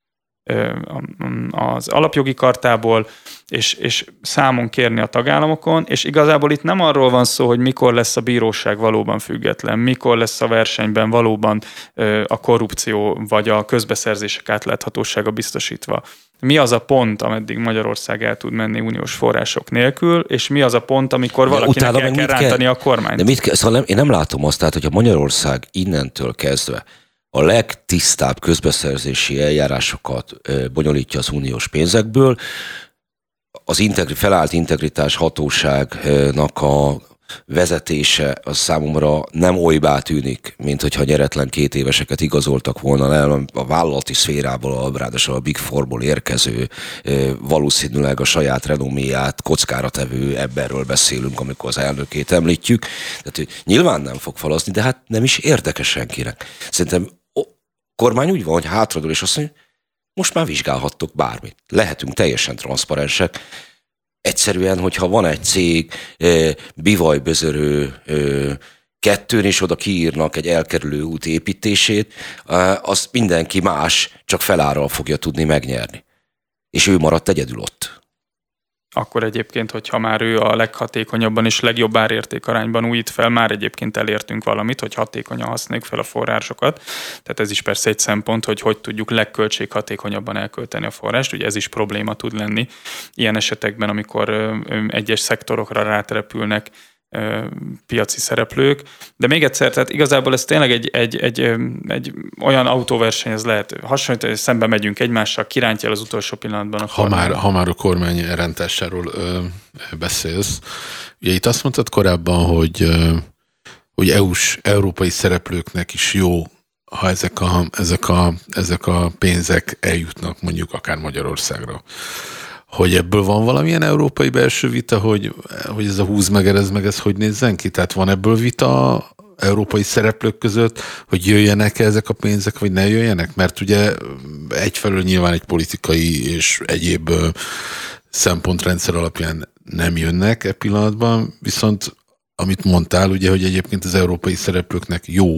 az alapjogi kartából, és, és számon kérni a tagállamokon, és igazából itt nem arról van szó, hogy mikor lesz a bíróság valóban független, mikor lesz a versenyben valóban a korrupció vagy a közbeszerzések átláthatósága biztosítva. Mi az a pont, ameddig Magyarország el tud menni uniós források nélkül, és mi az a pont, amikor valakinek el kell rántani a kormányt? De mit kell, szóval nem, én nem látom azt, tehát, hogyha Magyarország innentől kezdve a legtisztább közbeszerzési eljárásokat bonyolítja az uniós pénzekből, az integri, felállt integritás hatóságnak a vezetése az számomra nem olybá tűnik, mint hogyha nyeretlen két éveseket igazoltak volna le a vállalati szférából, ráadásul a Big Fourból érkező, valószínűleg a saját renoméját kockára tevő emberről beszélünk, amikor az elnökét említjük. Tehát, hogy nyilván nem fog falazni, de hát nem is érdekes senkinek. Szerintem a kormány úgy van, hogy hátradől, és azt mondja, most már vizsgálhattok bármit. Lehetünk teljesen transzparensek. Egyszerűen, hogyha van egy cég, bivajbözörő kettőn, és oda kiírnak egy elkerülő út építését, azt mindenki más csak felárral fogja tudni megnyerni. És ő maradt egyedül ott. Akkor egyébként, hogyha már ő a leghatékonyabban és legjobb árértékarányban újít fel, már egyébként elértünk valamit, hogy hatékonyan használjuk fel a forrásokat. Tehát ez is persze egy szempont, hogy hogy tudjuk legköltséghatékonyabban elkölteni a forrást. Ugye ez is probléma tud lenni ilyen esetekben, amikor egyes szektorokra ráterepülnek piaci szereplők. De még egyszer, tehát igazából ez tényleg egy, egy, egy, egy olyan autóversenyhez lehet hasonlítani, hogy szembe megyünk egymással, kirántja el az utolsó pillanatban a ha már, ha már a kormány elrántásáról ö, beszélsz, ugye itt azt mondtad korábban, hogy, ö, hogy é u-s, európai szereplőknek is jó, ha ezek a, ezek, a, ezek a pénzek eljutnak mondjuk akár Magyarországra. Hogy ebből van valamilyen európai belső vita, hogy, hogy ez a húz meg, ez meg, ez hogy nézzen ki? Tehát van ebből vita európai szereplők között, hogy jöjjenek -e ezek a pénzek, vagy ne jöjjenek? Mert ugye egyfelől nyilván egy politikai és egyéb szempontrendszer alapján nem jönnek e pillanatban, viszont amit mondtál, ugye, hogy egyébként az európai szereplőknek jó,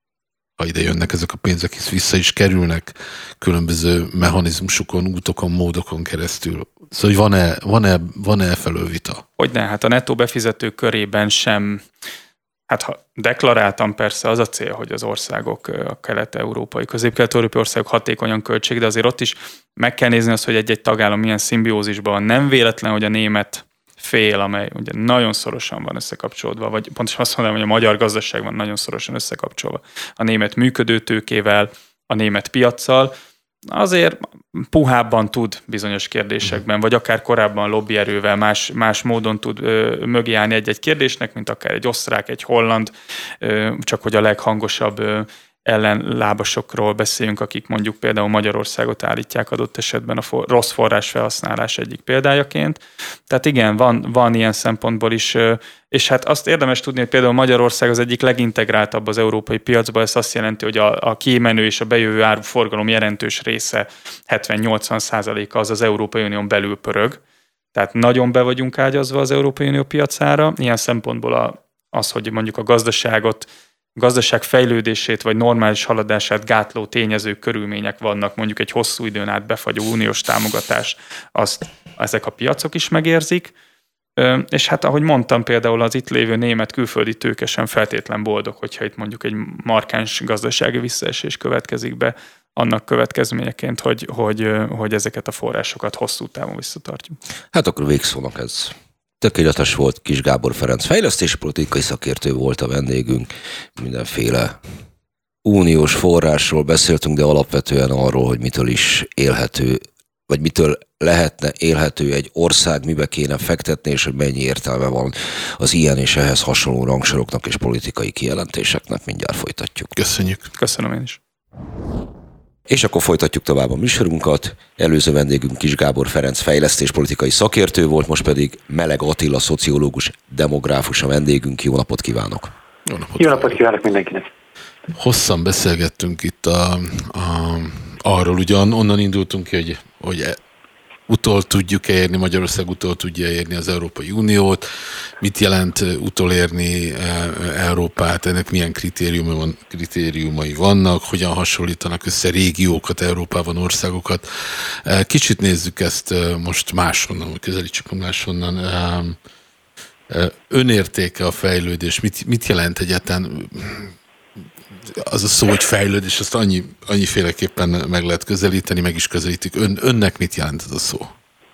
ha ide jönnek ezek a pénzek, hisz vissza is kerülnek különböző mechanizmusokon, útokon, módokon keresztül. Szóval van-e, van-e, van-e felől vita? Hogyne, hát a nettó befizetők körében sem, hát ha deklaráltam persze az a cél, hogy az országok, a kelet-európai, közép-kelet-európai országok hatékonyan költsék, de azért ott is meg kell nézni azt, hogy egy-egy tagállam milyen szimbiózisban van. Nem véletlen, hogy a német fél, amely ugye nagyon szorosan van összekapcsolódva, vagy pontosan azt mondanám, hogy a magyar gazdaság van nagyon szorosan összekapcsolva a német működőtőkével, a német piaccal, azért puhábban tud bizonyos kérdésekben, vagy akár korábban lobbyerővel más, más módon tud ö, mögé állni egy-egy kérdésnek, mint akár egy osztrák, egy holland, ö, csak hogy a leghangosabb ö, ellenlábasokról beszéljünk, akik mondjuk például Magyarországot állítják adott esetben a for, rossz forrás felhasználás egyik példájaként. Tehát igen, van, van ilyen szempontból is, és hát azt érdemes tudni, hogy például Magyarország az egyik legintegráltabb az európai piacba, ez azt jelenti, hogy a, a kimenő és a bejövő áruforgalom jelentős része, hetven-nyolcvan százaléka az az Európai Unión belül pörög. Tehát nagyon be vagyunk ágyazva az Európai Unió piacára. Ilyen szempontból a, az, hogy mondjuk a gazdaságot gazdaság fejlődését vagy normális haladását gátló tényezők, körülmények vannak, mondjuk egy hosszú időn át befagyó uniós támogatás, azt ezek a piacok is megérzik. És hát ahogy mondtam, például az itt lévő német külföldi tőke sem feltétlen boldog, hogyha itt mondjuk egy markáns gazdasági visszaesés következik be annak következményeként, hogy, hogy, hogy ezeket a forrásokat hosszú távon visszatartjuk. Hát akkor végszónak ez tökéletes volt. Kis Gábor Ferenc fejlesztési politikai szakértő volt a vendégünk. Mindenféle uniós forrásról beszéltünk, de alapvetően arról, hogy mitől is élhető, vagy mitől lehetne élhető egy ország, mibe kéne fektetni, és hogy mennyi értelme van az ilyen és ehhez hasonló rangsoroknak és politikai kijelentéseknek. Mindjárt folytatjuk. Köszönjük. Köszönöm én is. És akkor folytatjuk tovább a műsorunkat. Előző vendégünk Kis Gábor Ferenc fejlesztéspolitikai szakértő volt, most pedig Meleg Attila szociológus, demográfus a vendégünk. Jó napot kívánok! Jó napot, Jó napot kívánok mindenkinek! Hosszan beszélgettünk itt a, a, arról, ugyan onnan indultunk ki, hogy, hogy utol tudjuk érni, Magyarország utol tudja érni az Európai Uniót, mit jelent utolérni Európát, ennek milyen kritériumai, van, kritériumai vannak, hogyan hasonlítanak össze régiókat, Európában országokat. Kicsit nézzük ezt most máshonnan, vagy közelítsük máshonnan. Önértéke a fejlődés, mit, mit jelent egyáltalán az a szó, hogy fejlődés, azt annyi, annyiféleképpen meg lehet közelíteni, meg is közelítjük. Ön, önnek mit jelent ez a szó?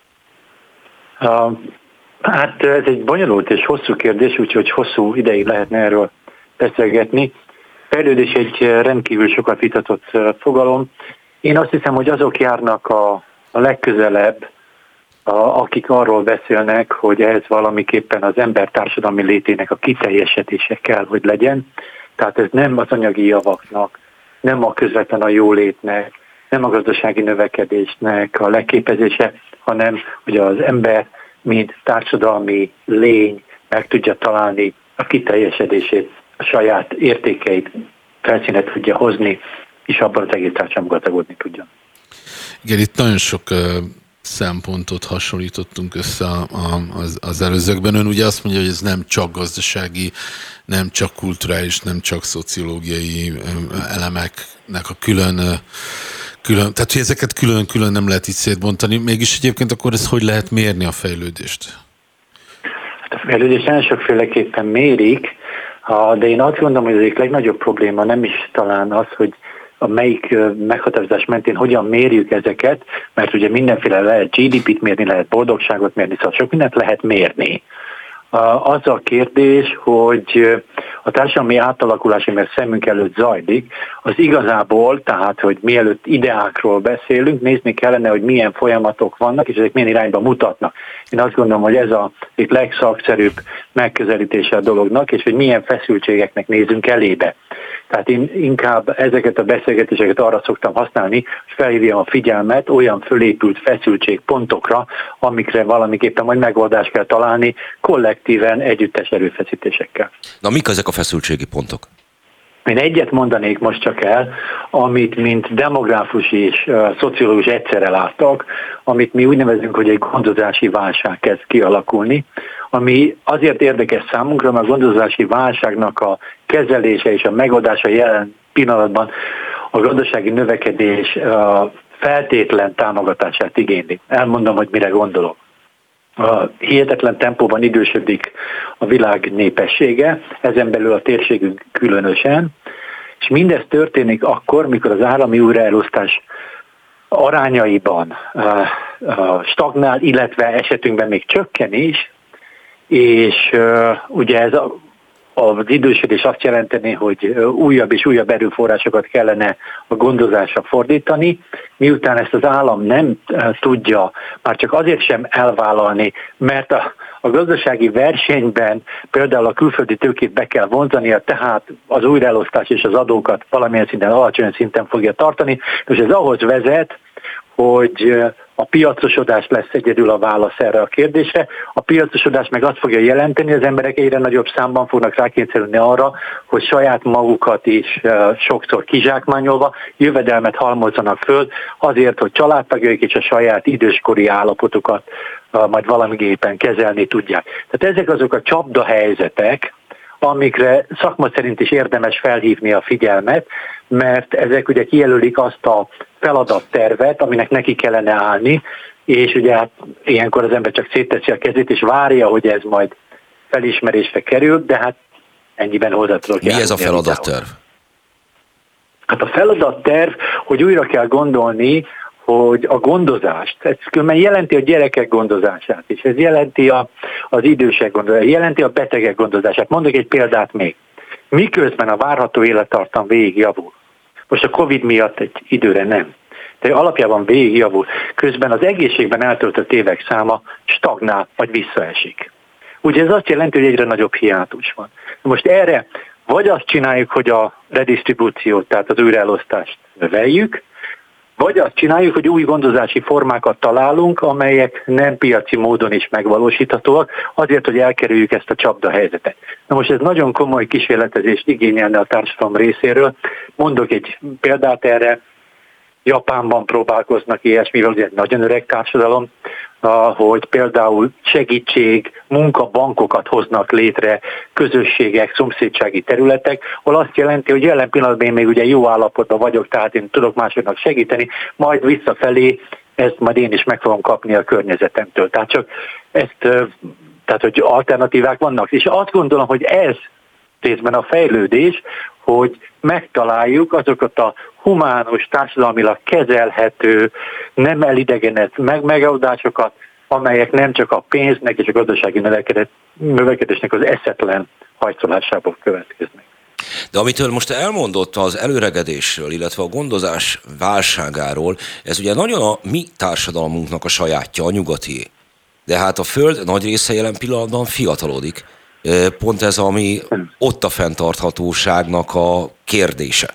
Uh, hát ez egy bonyolult és hosszú kérdés, úgyhogy hosszú ideig lehetne erről beszélgetni. Fejlődés egy rendkívül sokat vitatott fogalom. Én azt hiszem, hogy azok járnak a, a legközelebb, a, akik arról beszélnek, hogy ez valamiképpen az ember társadalmi létének a kiteljesedése kell, hogy legyen. Tehát ez nem az anyagi javaknak, nem a közvetlen a jólétnek, nem a gazdasági növekedésnek a leképezése, hanem hogy az ember, mint társadalmi lény meg tudja találni a kiteljesedését, a saját értékeit felszínet tudja hozni, és abban az egész társadalom gazdagodni tudjon. Igen, itt nagyon sok szempontot hasonlítottunk össze az, az előzőkben. Ön ugye azt mondja, hogy ez nem csak gazdasági, nem csak kulturális, nem csak szociológiai elemeknek a külön, külön tehát hogy ezeket külön-külön nem lehet így szétbontani. Mégis egyébként akkor ez hogy lehet mérni a fejlődést? Hát a fejlődést nagyon sokféleképpen mérik, de én azt gondolom, hogy az egyik legnagyobb probléma nem is talán az, hogy a melyik meghatározás mentén hogyan mérjük ezeket, mert ugye mindenféle lehet gé dé pét mérni, lehet boldogságot mérni, szóval sok mindent lehet mérni. Az a kérdés, hogy a társadalmi átalakulás, mert szemünk előtt zajlik, az igazából, tehát, hogy mielőtt ideákról beszélünk, nézni kellene, hogy milyen folyamatok vannak, és ezek milyen irányba mutatnak. Én azt gondolom, hogy ez a legszakszerűbb megközelítése a dolognak, és hogy milyen feszültségeknek nézünk elébe. Tehát én inkább ezeket a beszélgetéseket arra szoktam használni, hogy felhívjam a figyelmet olyan fölépült feszültségpontokra, amikre valamiképpen majd megoldást kell találni kollektíven, együttes erőfeszítésekkel. Na, mik ezek a feszültségi pontok? Én egyet mondanék most csak el, amit mint demográfus és uh, szociológus egyszerre láttak, amit mi úgy nevezünk, hogy egy gondozási válság kezd kialakulni, ami azért érdekes számunkra, mert a gondozási válságnak a kezelése és a megoldása jelen pillanatban a gazdasági növekedés uh, feltétlen támogatását igényli. Elmondom, hogy mire gondolok. A hihetetlen tempóban idősödik a világ népessége, ezen belül a térségünk különösen, és mindez történik akkor, mikor az állami újraelosztás arányaiban uh, uh, stagnál, illetve esetünkben még csökken is, és uh, ugye ez a az idősödés azt jelenteni, hogy újabb és újabb erőforrásokat kellene a gondozásra fordítani, miután ezt az állam nem tudja már csak azért sem elvállalni, mert a, a gazdasági versenyben például a külföldi tőkét be kell vonzania, tehát az újraelosztás és az adókat valamilyen szinten, alacsony szinten fogja tartani, és ez ahhoz vezet, hogy a piacosodás lesz egyedül a válasz erre a kérdésre. A piacosodás meg azt fogja jelenteni, hogy az emberek egyre nagyobb számban fognak rákényszerülni arra, hogy saját magukat is sokszor kizsákmányolva jövedelmet halmozzanak föl azért, hogy családtagjaik és a saját időskori állapotukat majd valamiképpen kezelni tudják. Tehát ezek azok a csapdahelyzetek, amikre szakma szerint is érdemes felhívni a figyelmet, mert ezek ugye kijelölik azt a feladattervet, aminek neki kellene állni, és ugye hát ilyenkor az ember csak szétteszi a kezét, és várja, hogy ez majd felismerésre kerül, de hát ennyiben hozzá tudok Mi ez a feladatterv? Hát a feladatterv, hogy újra kell gondolni, hogy a gondozást, ez különben jelenti a gyerekek gondozását is, ez jelenti a, az idősek gondozását, jelenti a betegek gondozását. Mondok egy példát még. Miközben a várható élettartam végig javul. Most a Covid miatt egy időre nem. De alapjában végig javul. Közben az egészségben eltöltött évek száma stagnál, vagy visszaesik. Ugye ez azt jelenti, hogy egyre nagyobb hiátus van. Most erre vagy azt csináljuk, hogy a redistribúciót, tehát az újraelosztást növeljük, vagy azt csináljuk, hogy új gondozási formákat találunk, amelyek nem piaci módon is megvalósíthatóak, azért, hogy elkerüljük ezt a csapdahelyzetet. Na most ez nagyon komoly kísérletezést igényelne a társadalom részéről. Mondok egy példát erre. Japánban próbálkoznak ilyesmivel, ugye egy nagyon öreg társadalom, hogy például segítség, munkabankokat hoznak létre, közösségek, szomszédsági területek, ahol azt jelenti, hogy jelen pillanatban én még ugye jó állapotban vagyok, tehát én tudok másoknak segíteni, majd visszafelé ezt majd én is meg fogom kapni a környezetemtől. Tehát csak ezt, tehát hogy alternatívák vannak. És azt gondolom, hogy ez részben a fejlődés, hogy megtaláljuk azokat a humánus, társadalmilag kezelhető, nem elidegenedett meg megoldásokat, amelyek nem csak a pénznek és a gazdasági növekedésnek az eszetlen hajszolásából következnek. De amitől most elmondott az előregedésről, illetve a gondozás válságáról, ez ugye nagyon a mi társadalmunknak a sajátja, a nyugatié. De hát a Föld nagy része jelen pillanatban fiatalodik. Pont ez, ami ott a fenntarthatóságnak a kérdése.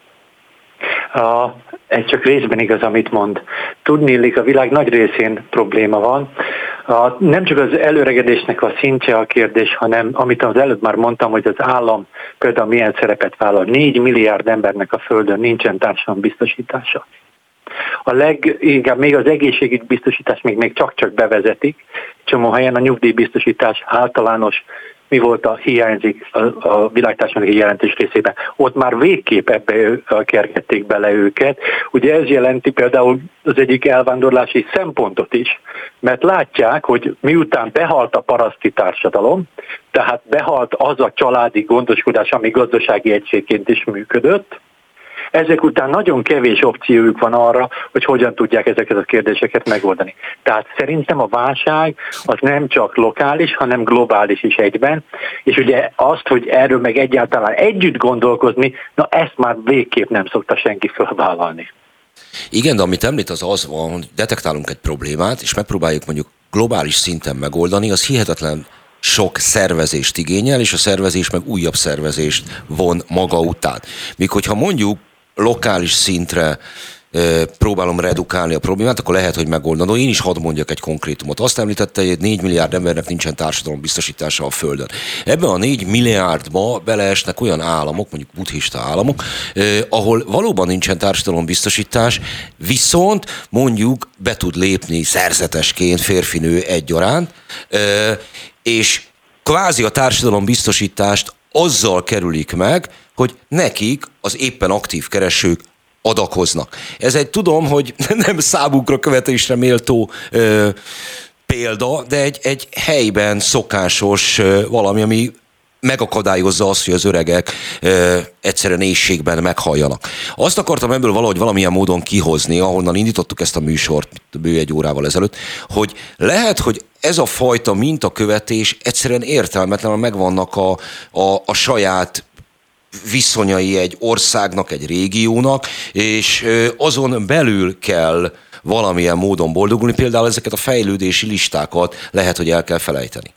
A, ez csak részben igaz, amit mond. Tudniillik, a világ nagy részén probléma van. A, nem csak az előregedésnek a szintje a kérdés, hanem amit az előbb már mondtam, hogy az állam például milyen szerepet vállal. Négy milliárd embernek a Földön nincsen társadalombiztosítása. A leginkább még az egészségügyi biztosítás még, még csak-csak bevezetik. Csomó helyen a nyugdíjbiztosítás általános, mi volt a hiányzik a, a világtársadalomnak egy jelentős részében. Ott már végképp ebbe kergették bele őket. Ugye ez jelenti például az egyik elvándorlási szempontot is, mert látják, hogy miután behalt a paraszti társadalom, tehát behalt az a családi gondoskodás, ami gazdasági egységként is működött, ezek után nagyon kevés opciójuk van arra, hogy hogyan tudják ezeket a kérdéseket megoldani. Tehát szerintem a válság az nem csak lokális, hanem globális is egyben, és ugye azt, hogy erről meg egyáltalán együtt gondolkozni, na ezt már végképp nem szokta senki felvállalni. Igen, de amit említ, az az van, hogy detektálunk egy problémát, és megpróbáljuk mondjuk globális szinten megoldani, az hihetetlen sok szervezést igényel, és a szervezés meg újabb szervezést von maga után. Míg hogyha mondjuk lokális szintre e, próbálom redukálni a problémát, akkor lehet, hogy megoldandó. Én is hadd mondjak egy konkrétumot. Azt említette, hogy négy milliárd embernek nincsen társadalombiztosítása a Földön. Ebben a négy milliárdba beleesnek olyan államok, mondjuk buddhista államok, eh, ahol valóban nincsen társadalombiztosítás, viszont mondjuk be tud lépni szerzetesként férfinő egyaránt, eh, és kvázi a társadalombiztosítást azzal kerülik meg, hogy nekik az éppen aktív keresők adakoznak. Ez egy, tudom, hogy nem számukra követésre méltó ö, példa, de egy, egy helyben szokásos ö, valami, ami megakadályozza azt, hogy az öregek ö, egyszerűen éhségben meghalljanak. Azt akartam ebből valahogy valamilyen módon kihozni, ahonnan indítottuk ezt a műsort bő egy órával ezelőtt, hogy lehet, hogy ez a fajta mintakövetés egyszerűen értelmetlen, megvannak a, a, a saját viszonyai egy országnak, egy régiónak, és azon belül kell valamilyen módon boldogulni, például ezeket a fejlődési listákat lehet, hogy el kell felejteni.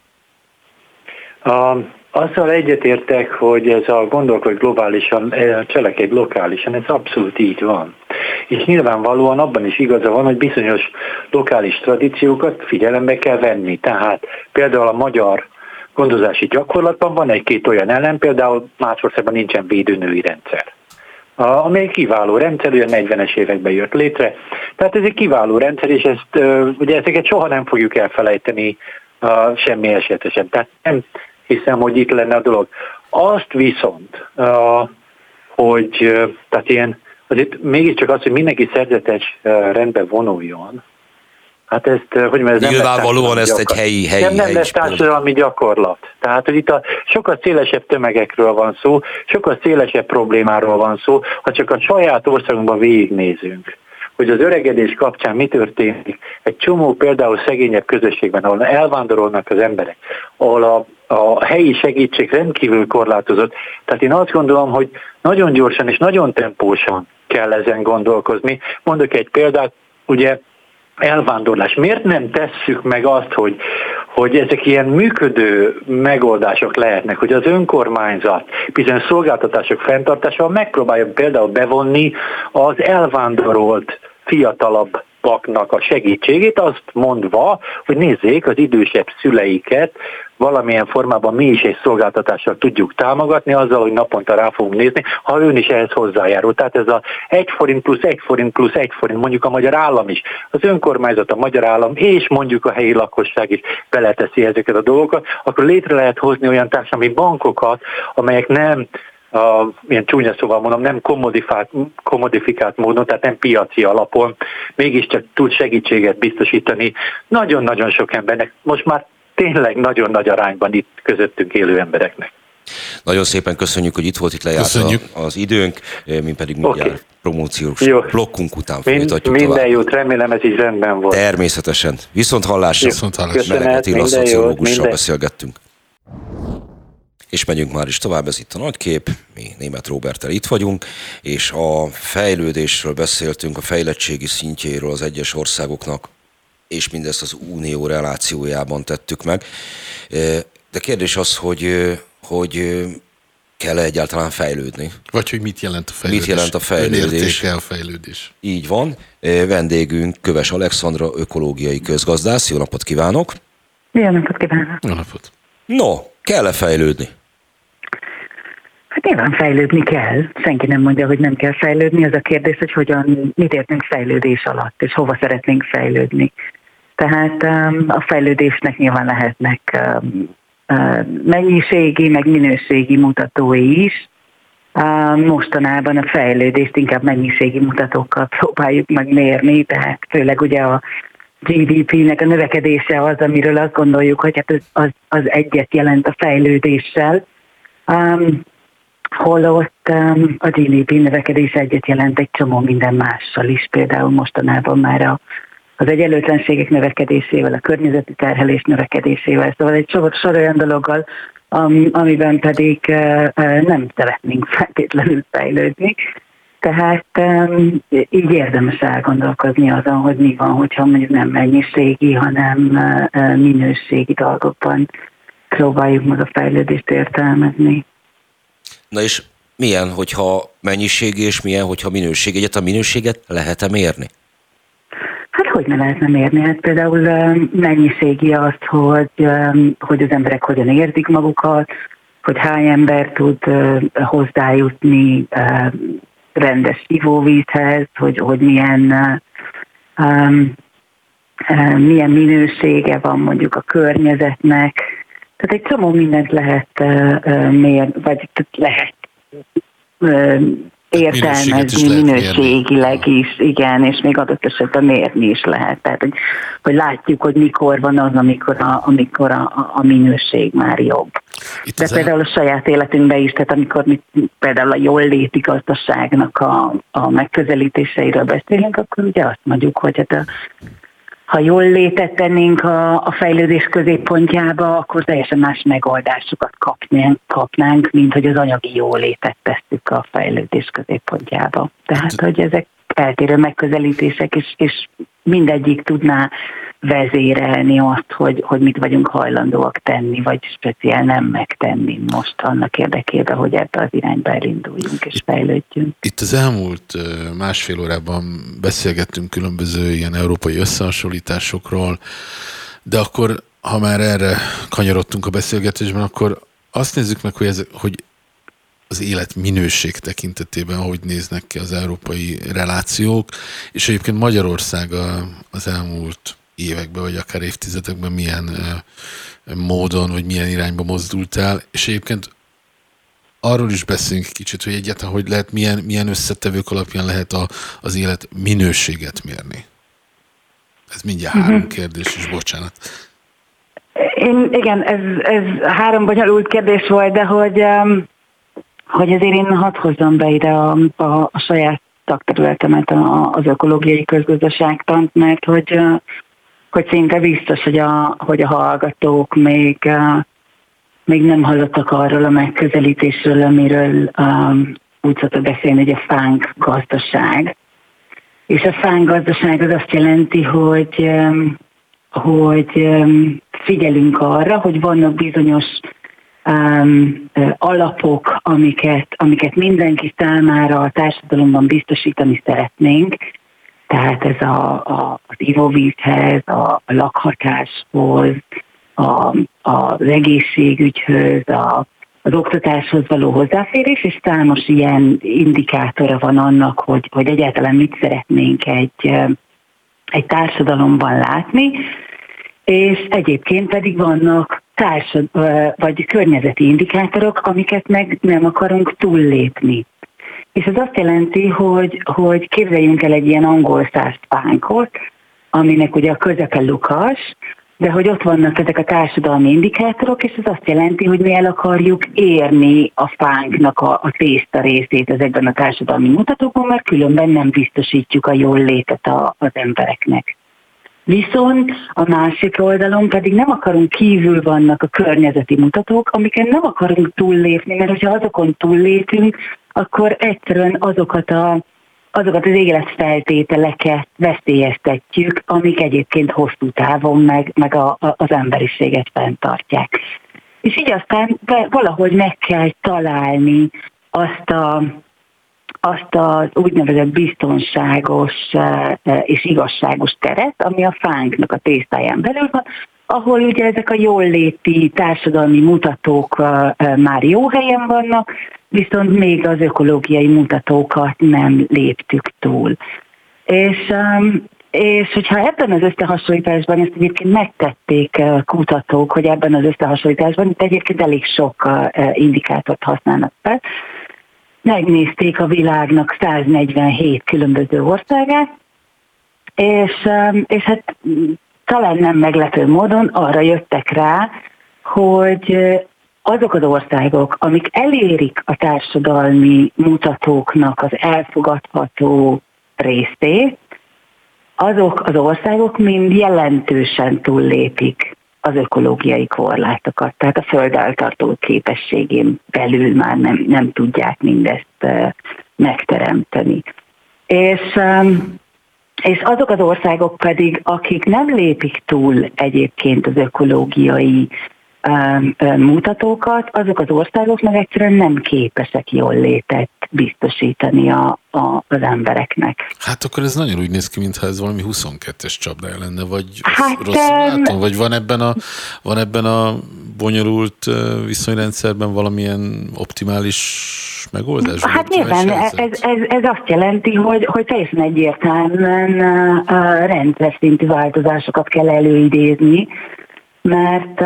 A, azzal egyetértek, hogy ez a gondolkodj globálisan, cselekedj lokálisan, ez abszolút így van. És nyilvánvalóan abban is igaza van, hogy bizonyos lokális tradíciókat figyelembe kell venni. Tehát például a magyar gondozási gyakorlatban van egy-két olyan elem, például Másországban nincsen védőnői rendszer, ami egy kiváló rendszer, olyan negyvenes években jött létre. Tehát ez egy kiváló rendszer, és ezt, ugye ezeket soha nem fogjuk elfelejteni semmi esetesen. Tehát nem hiszem, hogy itt lenne a dolog. Azt viszont, hogy tehát ilyen, azért mégiscsak az, hogy mindenki szerzetes rendbe vonuljon, Hát ezt, hogy mert ez nyilvánvalóan nem ezt egy helyi, helyi, nem, nem helyi lesz társadalmi gyakorlat. Tehát, hogy itt a sokkal szélesebb tömegekről van szó, sokkal szélesebb problémáról van szó, ha csak a saját országunkban végignézünk, hogy az öregedés kapcsán mi történik. Egy csomó például szegényebb közösségben, ahol elvándorolnak az emberek, ahol a, a helyi segítség rendkívül korlátozott. Tehát én azt gondolom, hogy nagyon gyorsan és nagyon tempósan kell ezen gondolkozni. Mondok egy példát, ugye elvándorlás. Miért nem tesszük meg azt, hogy, hogy ezek ilyen működő megoldások lehetnek, hogy az önkormányzat bizonyos szolgáltatások fenntartásával megpróbálja például bevonni az elvándorolt fiatalabbaknak a segítségét, azt mondva, hogy nézzék, az idősebb szüleiket valamilyen formában mi is egy szolgáltatással tudjuk támogatni, azzal, hogy naponta rá fogunk nézni, ha ön is ehhez hozzájárul. Tehát ez a egy forint plusz egy forint plusz egy forint, mondjuk a magyar állam is, az önkormányzat, a magyar állam és mondjuk a helyi lakosság is beleteszi ezeket a dolgokat, akkor létre lehet hozni olyan társadalmi bankokat, amelyek nem a, ilyen csúnya szóval mondom, nem kommodifikált, kommodifikált módon, tehát nem piaci alapon, mégiscsak tud segítséget biztosítani nagyon-nagyon sok embernek. Most már tényleg nagyon nagy arányban itt közöttünk élő embereknek. Nagyon szépen köszönjük, hogy itt volt, itt lejárt az időnk, mi pedig mindjárt okay. promóciós Jó. blokkunk után folytatjuk Mind, Minden jót, remélem ez így rendben volt. Természetesen. Viszont hallásra. Viszont hallásra. Meleg Attila szociológussal beszélgettünk. És megyünk már is tovább, ez itt a Nagykép, mi Németh Róberttel itt vagyunk, és a fejlődésről beszéltünk, a fejlettségi szintjéről az egyes országoknak, és mindezt az unió relációjában tettük meg. De kérdés az, hogy, hogy kell-e egyáltalán fejlődni? Vagy hogy mit jelent a fejlődés? Mit jelent a fejlődés? Önértéke a fejlődés. Így van. Vendégünk Köves Alexandra, ökológiai közgazdász. Jó napot kívánok! Jó napot kívánok! Jó napot! No, kell-e fejlődni? Hát nyilván fejlődni kell. Senki nem mondja, hogy nem kell fejlődni. Az a kérdés, hogy hogyan, mit értünk fejlődés alatt, és hova szeretnénk fejlődni. Tehát um, a fejlődésnek nyilván lehetnek um, uh, mennyiségi, meg minőségi mutatói is. Uh, mostanában a fejlődést inkább mennyiségi mutatókkal próbáljuk megmérni, tehát főleg ugye a gé dé pé-nek a növekedése az, amiről azt gondoljuk, hogy hát az, az egyet jelent a fejlődéssel. Um, holott um, a gé dé pé növekedése egyet jelent egy csomó minden mással is, például mostanában már a, az egyenlőtlenségek növekedésével, a környezeti terhelés növekedésével, szóval egy sor, sor olyan dologgal, am, amiben pedig uh, uh, nem szeretnénk feltétlenül fejlődni. Tehát um, így érdemes elgondolkozni azon, hogy mi van, hogyha mondjuk nem mennyiségi, hanem uh, minőségi dolgokban próbáljuk meg a fejlődést értelmezni. Na és milyen, hogyha mennyiségi, és milyen, hogyha minőség? Egyet a minőséget lehet-e mérni? Hát hogy ne lehetne mérni? Hát például mennyiségi azt, hogy, hogy az emberek hogyan érzik magukat, hogy hány ember tud hozzájutni rendes ivóvízhez, hogy, hogy milyen, um, milyen minősége van mondjuk a környezetnek. Tehát egy csomó mindent lehet uh, mérni, vagy lehet uh, értelmezni minőségileg is, igen, és még adott esetben mérni is lehet. Tehát, hogy, hogy látjuk, hogy mikor van az, amikor a, amikor a, a minőség már jobb. Itt De például a saját életünkben is, tehát amikor mi például a jólléti gazdaságnak a, a megközelítéseiről beszélünk, akkor ugye azt mondjuk, hogy hát a ha jól létet tennénk a, a fejlődés középpontjába, akkor teljesen más megoldásokat kapnánk, kapnánk, mint hogy az anyagi jólétet tesszük a fejlődés középpontjába. Tehát, hogy ezek eltérő megközelítések, és, és mindegyik tudná vezérelni azt, hogy, hogy mit vagyunk hajlandóak tenni, vagy speciál nem megtenni most annak érdekében, hogy ebbe az irányba elinduljunk és fejlődjünk. Itt az elmúlt másfél órában beszélgettünk különböző ilyen európai összehasonlításokról, de akkor, ha már erre kanyarodtunk a beszélgetésben, akkor azt nézzük meg, hogy, ez, hogy az élet minőség tekintetében hogy néznek ki az európai relációk, és egyébként Magyarország az elmúlt években, vagy akár évtizedekben milyen uh, módon, vagy milyen irányba mozdult el, és egyébként arról is beszélünk kicsit, hogy egyáltalán hogy lehet, milyen, milyen összetevők alapján lehet a, az élet minőséget mérni. Ez mindjárt három uh-huh. kérdés is, bocsánat. Én, igen, ez, ez három bonyolult kérdés volt, de hogy, hogy azért én hadd hozzam be ide a, a, a saját szakterületemet, az ökológiai közgazdaságtant, mert hogy, hogy szinte biztos, hogy a, hogy a hallgatók még, még nem hallottak arról a megközelítésről, amiről um, úgy szoktak beszélni, hogy a fánk gazdaság. És a fánk gazdaság az azt jelenti, hogy, hogy figyelünk arra, hogy vannak bizonyos um, alapok, amiket, amiket mindenki számára a társadalomban biztosítani szeretnénk. Tehát ez a, a, az ivóvízhez, a, a lakhatáshoz, a, az egészségügyhöz, a, az oktatáshoz való hozzáférés, és számos ilyen indikátora van annak, hogy, hogy egyáltalán mit szeretnénk egy, egy társadalomban látni, és egyébként pedig vannak társad, vagy környezeti indikátorok, amiket meg nem akarunk túllépni. És ez azt jelenti, hogy, hogy képzeljünk el egy ilyen angol száz fánkot, aminek ugye a közepe lukas, de hogy ott vannak ezek a társadalmi indikátorok, és ez azt jelenti, hogy mi el akarjuk érni a fánknak a, a tészta részét ezekben a társadalmi mutatókban, mert különben nem biztosítjuk a jól létet a, az embereknek. Viszont a másik oldalon pedig nem akarunk, kívül vannak a környezeti mutatók, amiken nem akarunk túllépni, mert hogyha azokon túllépünk, akkor egyszerűen azokat, a, azokat az életfeltételeket veszélyeztetjük, amik egyébként hosszú távon meg, meg a, a, az emberiséget fenntartják. És így aztán valahogy meg kell találni azt a azt az úgynevezett biztonságos és igazságos teret, ami a fánknak a tésztáján belül van, ahol ugye ezek a jólléti társadalmi mutatók már jó helyen vannak, viszont még az ökológiai mutatókat nem léptük túl. És, és hogyha ebben az összehasonlításban, ezt egyébként megtették kutatók, hogy ebben az összehasonlításban, itt egyébként elég sok indikátort használnak fel, megnézték a világnak száznegyvenhét különböző országát, és, és hát talán nem meglepő módon arra jöttek rá, hogy azok az országok, amik elérik a társadalmi mutatóknak az elfogadható részét, azok az országok mind jelentősen túllépik az ökológiai korlátokat, tehát a földeltartó képességén belül már nem, nem tudják mindezt uh, megteremteni. És, um, és azok az országok pedig, akik nem lépik túl egyébként az ökológiai um, mutatókat, azok az országok meg egyszerűen nem képesek jól létet biztosítani a, a, az embereknek. Hát akkor ez nagyon úgy néz ki, mintha ez valami huszonkettes csapdája lenne, vagy hát, rosszul látom, vagy van ebben a, van ebben a bonyolult viszonyrendszerben valamilyen optimális megoldás? Hát nyilván ez, ez, ez azt jelenti, hogy, hogy teljesen egyértelműen a rendszer szintű változásokat kell előidézni, mert,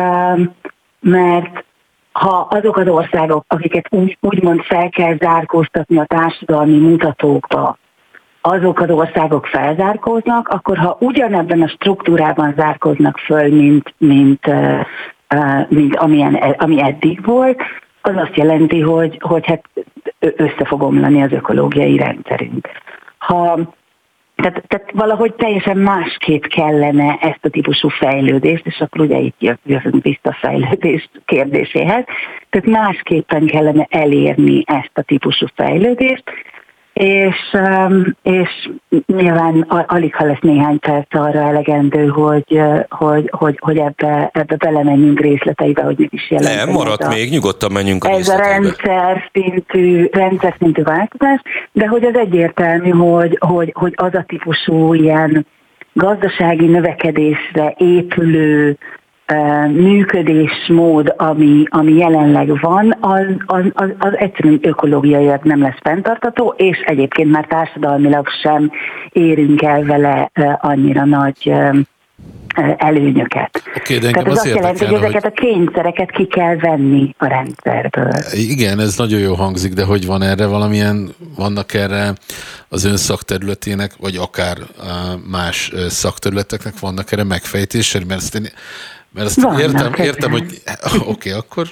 mert ha azok az országok, akiket úgy, úgymond fel kell zárkóztatni a társadalmi mutatókba, azok az országok felzárkóznak, akkor ha ugyanebben a struktúrában zárkóznak föl, mint, mint, mint amilyen, ami eddig volt, az azt jelenti, hogy, hogy hát össze fog omlani az ökológiai rendszerünk. Ha Tehát, tehát valahogy teljesen másképp kellene ezt a típusú fejlődést, és akkor ugye itt jövünk vissza a fejlődés kérdéséhez, tehát másképpen kellene elérni ezt a típusú fejlődést, és, és nyilván alig, ha lesz néhány perc arra elegendő, hogy, hogy, hogy, hogy ebbe, ebbe belemenjünk részleteibe, hogy mit is jelent. Nem, maradt még, nyugodtan menjünk a ez részleteibe. Ez a rendszer szintű, rendszer szintű változás, de hogy az egyértelmű, hogy, hogy, hogy az a típusú ilyen gazdasági növekedésre épülő működésmód, ami, ami jelenleg van, az, az, az, az egyszerűen ökológiailag nem lesz fenntartható, és egyébként már társadalmilag sem érünk el vele annyira nagy előnyöket. Okay, de Tehát ez azt jelenti, hogy ezeket hogy... a kényszereket ki kell venni a rendszerből. Igen, ez nagyon jó hangzik, de hogy van erre valamilyen, vannak erre az ön szakterületének, vagy akár más szakterületeknek vannak erre megfejtésre, mert ezt, én, mert ezt vannak, értem, értem, hogy oké, okay, akkor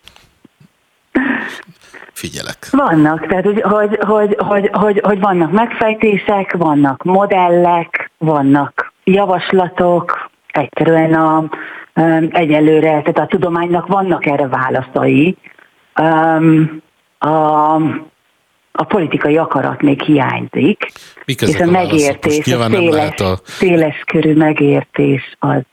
figyelek. Vannak, tehát hogy, hogy, hogy, hogy, hogy, hogy vannak megfejtések, vannak modellek, vannak javaslatok, egyszerűen a, egyelőre, tehát a tudománynak vannak erre válaszai. A, a politikai akarat még hiányzik, Mik és a, a megértés, a széles, a széles körű megértés az...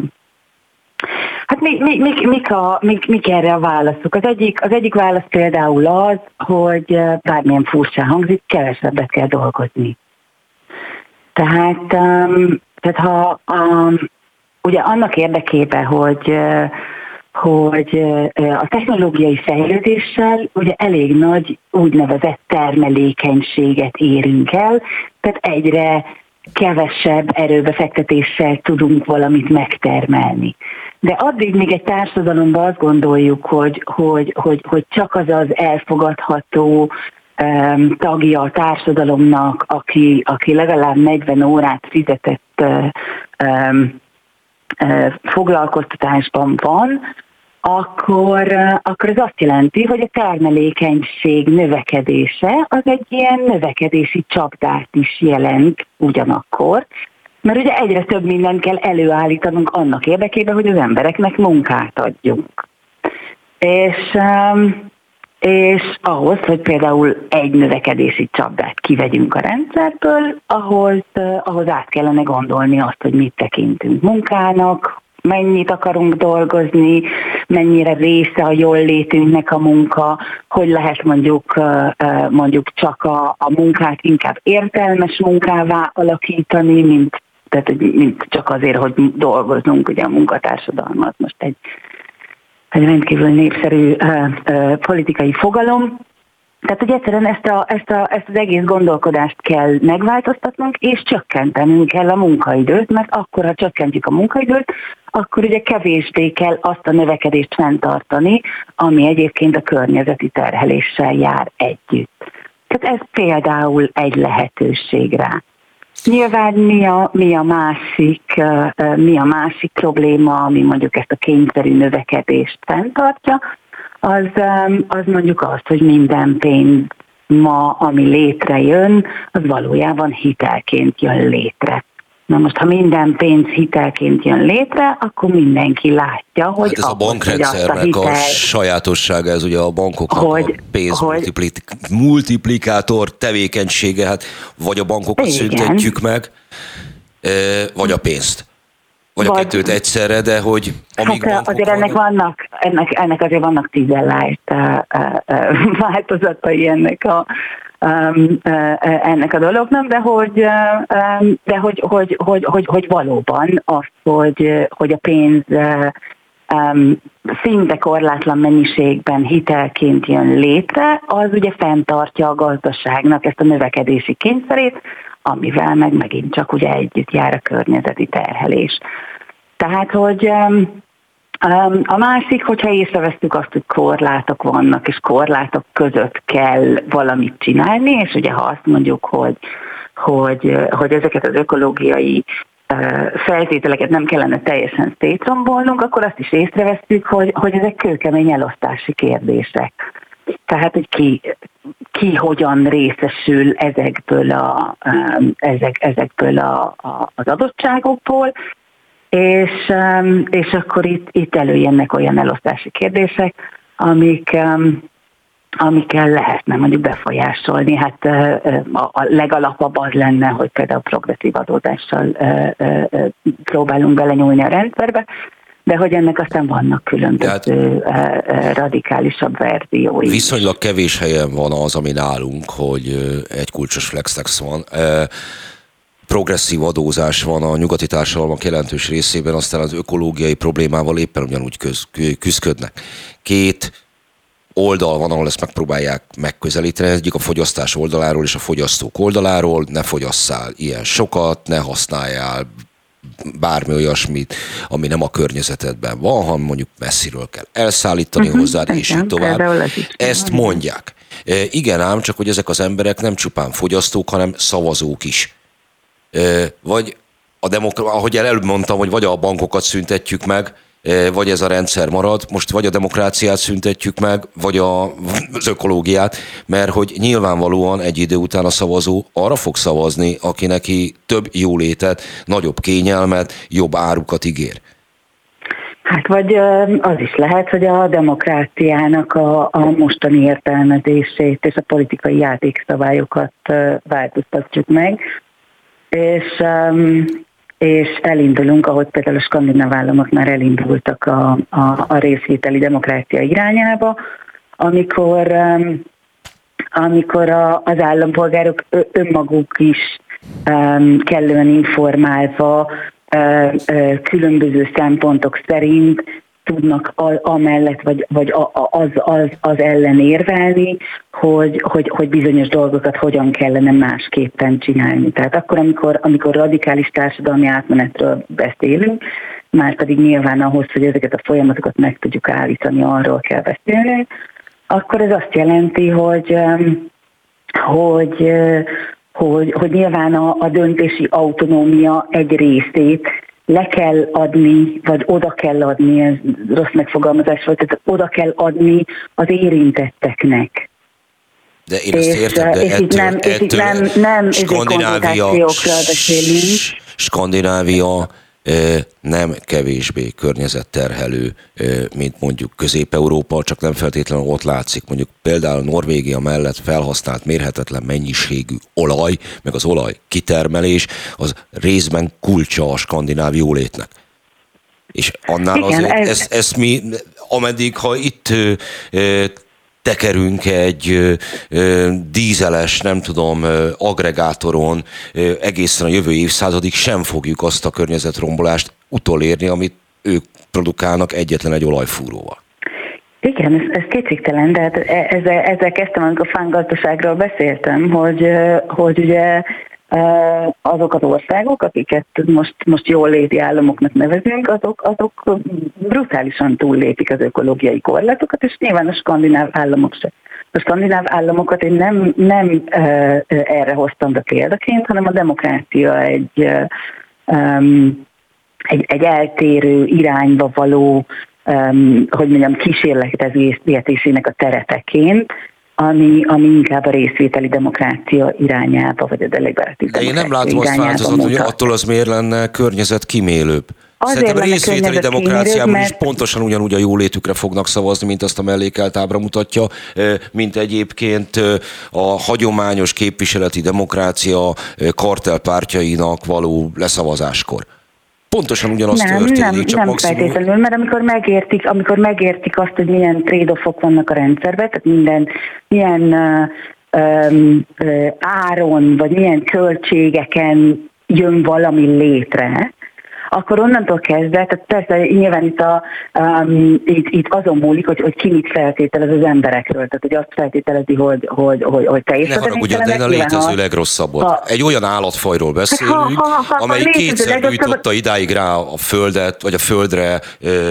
Hát mi, mi, mi, mik, a, mik, mik erre a válaszok? Az egyik, az egyik válasz például az, hogy bármilyen furcsán hangzik, kevesebbet kell dolgozni. Tehát, tehát ha um, ugye annak érdekében, hogy, hogy a technológiai fejlődéssel ugye elég nagy úgynevezett termelékenységet érünk el, tehát egyre kevesebb erőbefektetéssel tudunk valamit megtermelni. De addig még egy társadalomban azt gondoljuk, hogy, hogy, hogy, hogy csak az az elfogadható um, tagja a társadalomnak, aki, aki legalább negyven órát fizetett um, uh, foglalkoztatásban van, akkor, uh, akkor ez azt jelenti, hogy a termelékenység növekedése az egy ilyen növekedési csapdát is jelent ugyanakkor, mert ugye egyre több mindent kell előállítanunk annak érdekében, hogy az embereknek munkát adjunk. És, és ahhoz, hogy például egy növekedési csapdát kivegyünk a rendszerből, ahhoz, ahhoz át kellene gondolni azt, hogy mit tekintünk munkának, mennyit akarunk dolgozni, mennyire része a jól létünknek a munka, hogy lehet mondjuk, mondjuk csak a, a munkát inkább értelmes munkává alakítani, mint tehát mint csak azért, hogy dolgoznunk, ugye a munkatársadalmat most egy, egy rendkívül népszerű uh, uh, politikai fogalom. Tehát, hogy egyszerűen ezt, a, ezt, a, ezt az egész gondolkodást kell megváltoztatnunk, és csökkentenünk kell a munkaidőt, mert akkor, ha csökkentjük a munkaidőt, akkor ugye kevésbé kell azt a növekedést fenntartani, ami egyébként a környezeti terheléssel jár együtt. Tehát ez például egy lehetőség rá. Nyilván mi a, mi a másik, mi a másik probléma, ami mondjuk ezt a kényszerű növekedést fenntartja, az, az mondjuk az, hogy minden pénz ma, ami létrejön, az valójában hitelként jön létre. Na most, ha minden pénz hitelként jön létre, akkor mindenki látja, hogy... Hát ez a bankrendszernek a, hitel... a sajátossága, ez ugye a bankoknak hogy, a pénz hogy... multiplikátor tevékenysége, hát vagy a bankokat igen. szüntetjük meg, vagy a pénzt. Vagy, vagy a kettőt egyszerre, de hogy amíg hát bankok azért ennek vannak, ennek, ennek azért vannak tizenlájt uh, uh, változatai ennek a Um, uh, ennek a dolognak, de hogy, uh, de hogy, hogy, hogy, hogy, hogy valóban az, hogy, hogy a pénz uh, um, szinte korlátlan mennyiségben hitelként jön létre, az ugye fenntartja a gazdaságnak ezt a növekedési kényszerét, amivel meg megint csak ugye együtt jár a környezeti terhelés. Tehát, hogy um, a másik, hogyha észrevesztük azt, hogy korlátok vannak, és korlátok között kell valamit csinálni, és ugye ha azt mondjuk, hogy, hogy, hogy ezeket az ökológiai feltételeket nem kellene teljesen szétrombolnunk, akkor azt is észrevesztük, hogy, hogy ezek kőkemény elosztási kérdések. Tehát, hogy ki, ki hogyan részesül ezekből, a, ezek, ezekből a, a, az adottságokból, És, és akkor itt, itt előjönnek olyan elosztási kérdések, amik, amikkel lehetne mondjuk befolyásolni. Hát a legalapabb az lenne, hogy például progresszív adózással próbálunk belenyúlni a rendszerbe, de hogy ennek aztán vannak különböző hát, radikálisabb verziói. Viszonylag kevés helyen van az, ami nálunk, hogy egy kulcsos flextax van. Progresszív adózás van a nyugati társadalmak jelentős részében, aztán az ökológiai problémával éppen ugyanúgy köz, küzdködnek. Két oldal van, ahol ezt megpróbálják megközelíteni, egyik a fogyasztás oldaláról és a fogyasztók oldaláról, ne fogyasszál ilyen sokat, ne használjál bármi olyasmit, ami nem a környezetedben van, hanem mondjuk messziről kell elszállítani uh-huh, hozzád, és így tovább. Ezt mondják. E, igen ám, csak hogy ezek az emberek nem csupán fogyasztók, hanem szavazók is. E, vagy a demokra- ahogy előbb mondtam, hogy vagy a bankokat szüntetjük meg, vagy ez a rendszer marad, most vagy a demokráciát szüntetjük meg, vagy a, az ökológiát, mert hogy nyilvánvalóan egy idő után a szavazó arra fog szavazni, aki neki több jólétet, nagyobb kényelmet, jobb árukat ígér. Hát vagy az is lehet, hogy a demokráciának a, a mostani értelmezését és a politikai játékszabályokat változtatjuk meg, és... Um, és elindulunk, ahogy például a skandináv államok már elindultak a, a, a részvételi demokrácia irányába, amikor, um, amikor a, az állampolgárok önmaguk is um, kellően informálva, uh, uh, különböző szempontok szerint tudnak amellett, vagy, vagy az, az, az ellen érvelni, hogy, hogy, hogy bizonyos dolgokat hogyan kellene másképpen csinálni. Tehát akkor, amikor, amikor radikális társadalmi átmenetről beszélünk, már pedig nyilván ahhoz, hogy ezeket a folyamatokat meg tudjuk állítani, arról kell beszélni, akkor ez azt jelenti, hogy, hogy, hogy, hogy nyilván a, a döntési autonómia egy részét le kell adni, vagy oda kell adni, ez rossz megfogalmazás volt, tehát oda kell adni az érintetteknek. De én ezt értem, de és ettől, nem, ettől, ettől nem, nem Skandinávia, beszélünk. Skandinávia nem kevésbé környezetterhelő, mint mondjuk Közép-Európa, csak nem feltétlenül ott látszik. Mondjuk például Norvégia mellett felhasznált mérhetetlen mennyiségű olaj, meg az olaj kitermelés, az részben kulcsa a skandináv jólétnek. És annál igen, azért, ez... ezt, ezt mi, ameddig, ha itt tekerünk egy ö, ö, dízeles, nem tudom, ö, agregátoron ö, egészen a jövő évszázadig sem fogjuk azt a környezetrombolást utolérni, amit ők produkálnak egyetlen egy olajfúróval. Igen, ez, ez kétségtelen, de hát ezzel, ezzel kezdtem, amikor fángazdaságról beszéltem, hogy, hogy ugye azok az országok, akiket most, most jól léti államoknak nevezünk, azok, azok brutálisan túllépik az ökológiai korlátokat, és nyilván a skandináv államok se. A skandináv államokat én nem, nem erre hoztam be példaként, hanem a demokrácia egy, egy, egy eltérő irányba való, hogy mondjam, kísérletezésének a tereteként, Ami, ami inkább a részvételi demokrácia irányába, vagy a deliberatív demokrácia irányába. De én nem látom azt változat, hogy attól az miért lenne környezetkímélőbb. Szerintem a részvételi demokráciában mert... is pontosan ugyanúgy a jólétükre fognak szavazni, mint azt a mellékelt ábra mutatja, mint egyébként a hagyományos képviseleti demokrácia kartelpártjainak való leszavazáskor. Pontosan ugyanazt nem, történik, nem, csak nem maximum... feltétlenül, mert amikor megértik, amikor megértik azt, hogy milyen trade-offok vannak a rendszerben, tehát minden, milyen uh, um, uh, áron, vagy milyen költségeken jön valami létre, akkor onnantól kezdve, tehát persze nyilván itt, a, um, itt, itt azon múlik, hogy, hogy ki mit feltételez az emberekről, tehát hogy azt feltételezi, hogy, hogy, hogy, hogy teljes ne haragudjon, de én a létező legrosszabbot. Ha, Egy olyan állatfajról beszélünk, hát ha, ha, ha, amely kétszer gyújtotta idáig rá a földet, vagy a földre,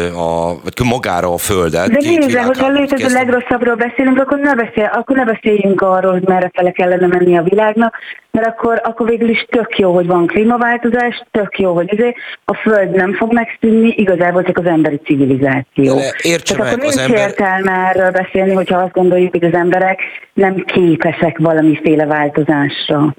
a, vagy magára a földet. De nézze, hogyha a létező legrosszabbról beszélünk, akkor ne, beszél, akkor ne beszéljünk arról, hogy merre fele kellene menni a világnak, mert akkor, akkor végül is tök jó, hogy van klímaváltozás, tök jó, hogy azért a Föld nem fog megszűnni, igazából csak az emberi civilizáció. Értse Tehát meg, akkor nincs ember... értelme erről beszélni, hogyha azt gondoljuk, hogy az emberek nem képesek valamiféle változásra.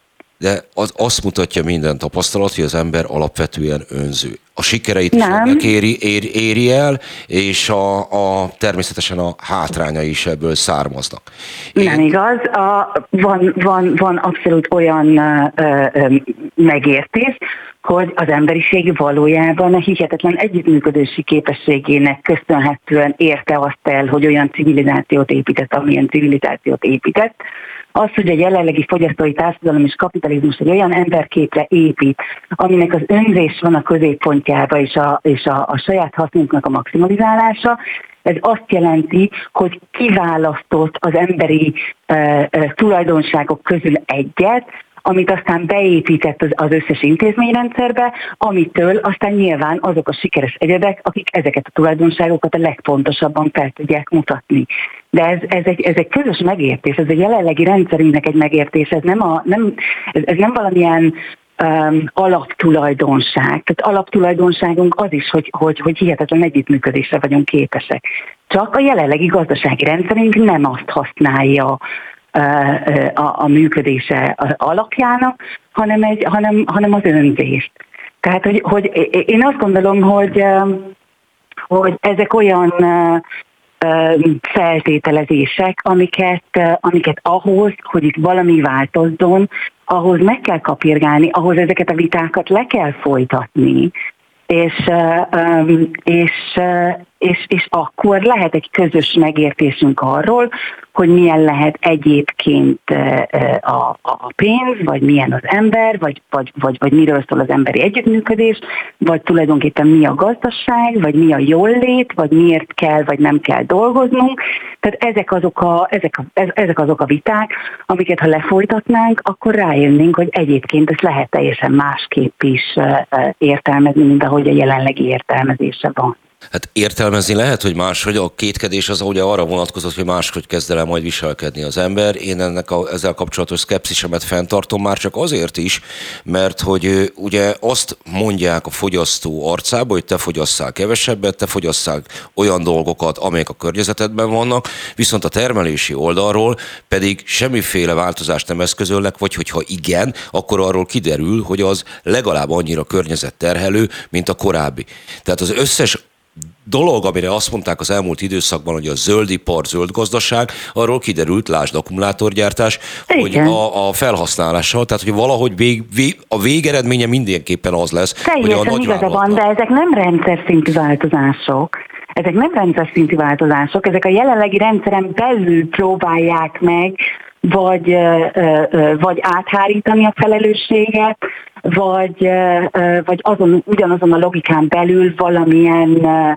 De az azt mutatja minden tapasztalat, hogy az ember alapvetően önző. A sikereit is ennek éri, éri, éri el, és a, a, természetesen a hátránya is ebből származnak. Én... Nem igaz. A, van, van, van abszolút olyan ö, ö, megértés, hogy az emberiség valójában a hihetetlen együttműködési képességének köszönhetően érte azt el, hogy olyan civilizációt épített, amilyen civilizációt épített. Az, hogy a jelenlegi fogyasztói társadalom és kapitalizmus egy olyan emberképre épít, aminek az önzés van a középpontjába és a, és a, a saját hasznunknak a maximalizálása, ez azt jelenti, hogy kiválasztott az emberi uh, uh, tulajdonságok közül egyet, amit aztán beépített az, az összes intézményrendszerbe, amitől aztán nyilván azok a sikeres egyedek, akik ezeket a tulajdonságokat a legpontosabban fel tudják mutatni. De ez, ez, egy, ez egy közös megértés, ez a jelenlegi rendszerünknek egy megértés, ez nem, a, nem, ez, ez nem valamilyen um, alaptulajdonság. Tehát alaptulajdonságunk az is, hogy, hogy, hogy hihetetlen együttműködésre vagyunk képesek. Csak a jelenlegi gazdasági rendszerünk nem azt használja a, a működése alapjának, hanem, egy, hanem, hanem az önzést. Tehát, hogy, hogy én azt gondolom, hogy, hogy ezek olyan feltételezések, amiket, amiket ahhoz, hogy itt valami változzon, ahhoz meg kell kapirgálni, ahhoz ezeket a vitákat le kell folytatni, és, és, és, és akkor lehet egy közös megértésünk arról, hogy milyen lehet egyébként a, a pénz, vagy milyen az ember, vagy, vagy, vagy, vagy miről szól az emberi együttműködés, vagy tulajdonképpen mi a gazdaság, vagy mi a jólét, vagy miért kell, vagy nem kell dolgoznunk. Tehát ezek azok a, ezek a, ezek azok a viták, amiket ha lefolytatnánk, akkor rájönnénk, hogy egyébként ezt lehet teljesen másképp is értelmezni, mint ahogy a jelenlegi értelmezése van. Hát értelmezni lehet, hogy máshogy a kétkedés az ugye arra vonatkozott, hogy máshogy kezd el majd viselkedni az ember. Én ennek a, ezzel kapcsolatos szkepszisemet fenntartom már csak azért is, mert hogy ugye azt mondják a fogyasztó arcába, hogy te fogyasszál kevesebbet, te fogyasszál olyan dolgokat, amelyek a környezetedben vannak, viszont a termelési oldalról pedig semmiféle változást nem eszközölnek, vagy hogyha igen, akkor arról kiderül, hogy az legalább annyira környezetterhelő, mint a korábbi. Tehát az összes dolog, amire azt mondták az elmúlt időszakban, hogy a zöld ipar, zöld gazdaság, arról kiderült, lásd akkumulátorgyártás, igen, hogy a, a felhasználással, tehát hogy valahogy vég, vég, a végeredménye mindenképpen az lesz, teljesen hogy a nagy igaza van, de ezek nem rendszer szintű változások. Ezek nem rendszer szintű változások, ezek a jelenlegi rendszeren belül próbálják meg, vagy, vagy áthárítani a felelősséget, vagy, vagy azon, ugyanazon a logikán belül valamilyen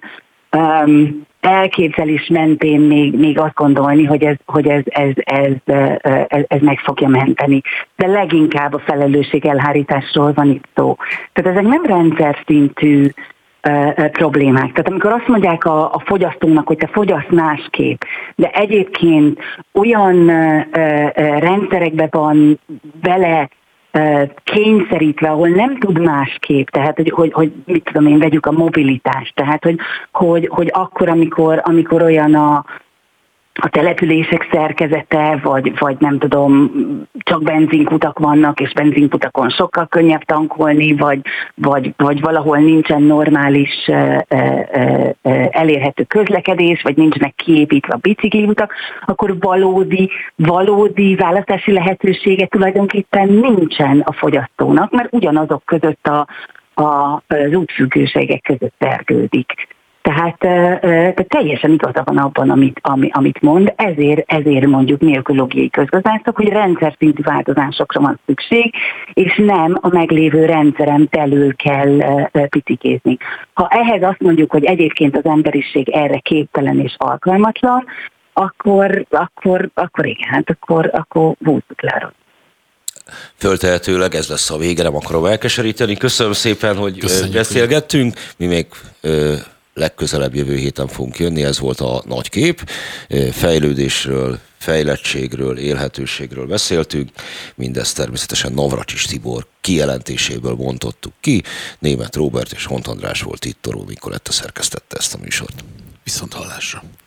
um, elképzelés mentén még, még azt gondolni, hogy, ez, hogy ez, ez, ez, ez, ez meg fogja menteni. De leginkább a felelősség elhárításról van itt szó. Tehát ezek nem rendszer szintű problémák. Tehát amikor azt mondják a, a fogyasztónak, hogy te fogyasz másképp, de egyébként olyan ö, ö, rendszerekbe van bele ö, kényszerítve, ahol nem tud másképp, tehát hogy, hogy, hogy mit tudom én, vegyük a mobilitást, tehát hogy, hogy, hogy akkor, amikor, amikor olyan a a települések szerkezete, vagy, vagy nem tudom, csak benzinkutak vannak, és benzinkutakon sokkal könnyebb tankolni, vagy, vagy, vagy valahol nincsen normális uh, uh, uh, elérhető közlekedés, vagy nincsenek kiépítve a bicikliutak, akkor valódi, valódi választási lehetősége tulajdonképpen nincsen a fogyasztónak, mert ugyanazok között a, a, az útfüggőségek között tergődik. Tehát, tehát teljesen igaza van abban, amit, amit mond, ezért, ezért mondjuk mi ökológiai közgazdászok, hogy rendszer szintű változásokra van szükség, és nem a meglévő rendszeren belül kell picikézni. Ha ehhez azt mondjuk, hogy egyébként az emberiség erre képtelen és alkalmatlan, akkor, akkor, akkor igen, hát akkor, akkor húzzuk le. Föltehetőleg ez lesz a vége, nem akarom elkeseríteni. Köszönöm szépen, hogy Köszönjük, beszélgettünk. Mi még ö, legközelebb jövő héten fogunk jönni, ez volt a nagy kép. Fejlődésről, fejlettségről, élhetőségről beszéltünk. Mindezt természetesen Navracsics Tibor kijelentéséből bontottuk ki. Németh Róbert és Hont András volt itt, Toró Nikoletta szerkesztette ezt a műsort. Viszont hallásra.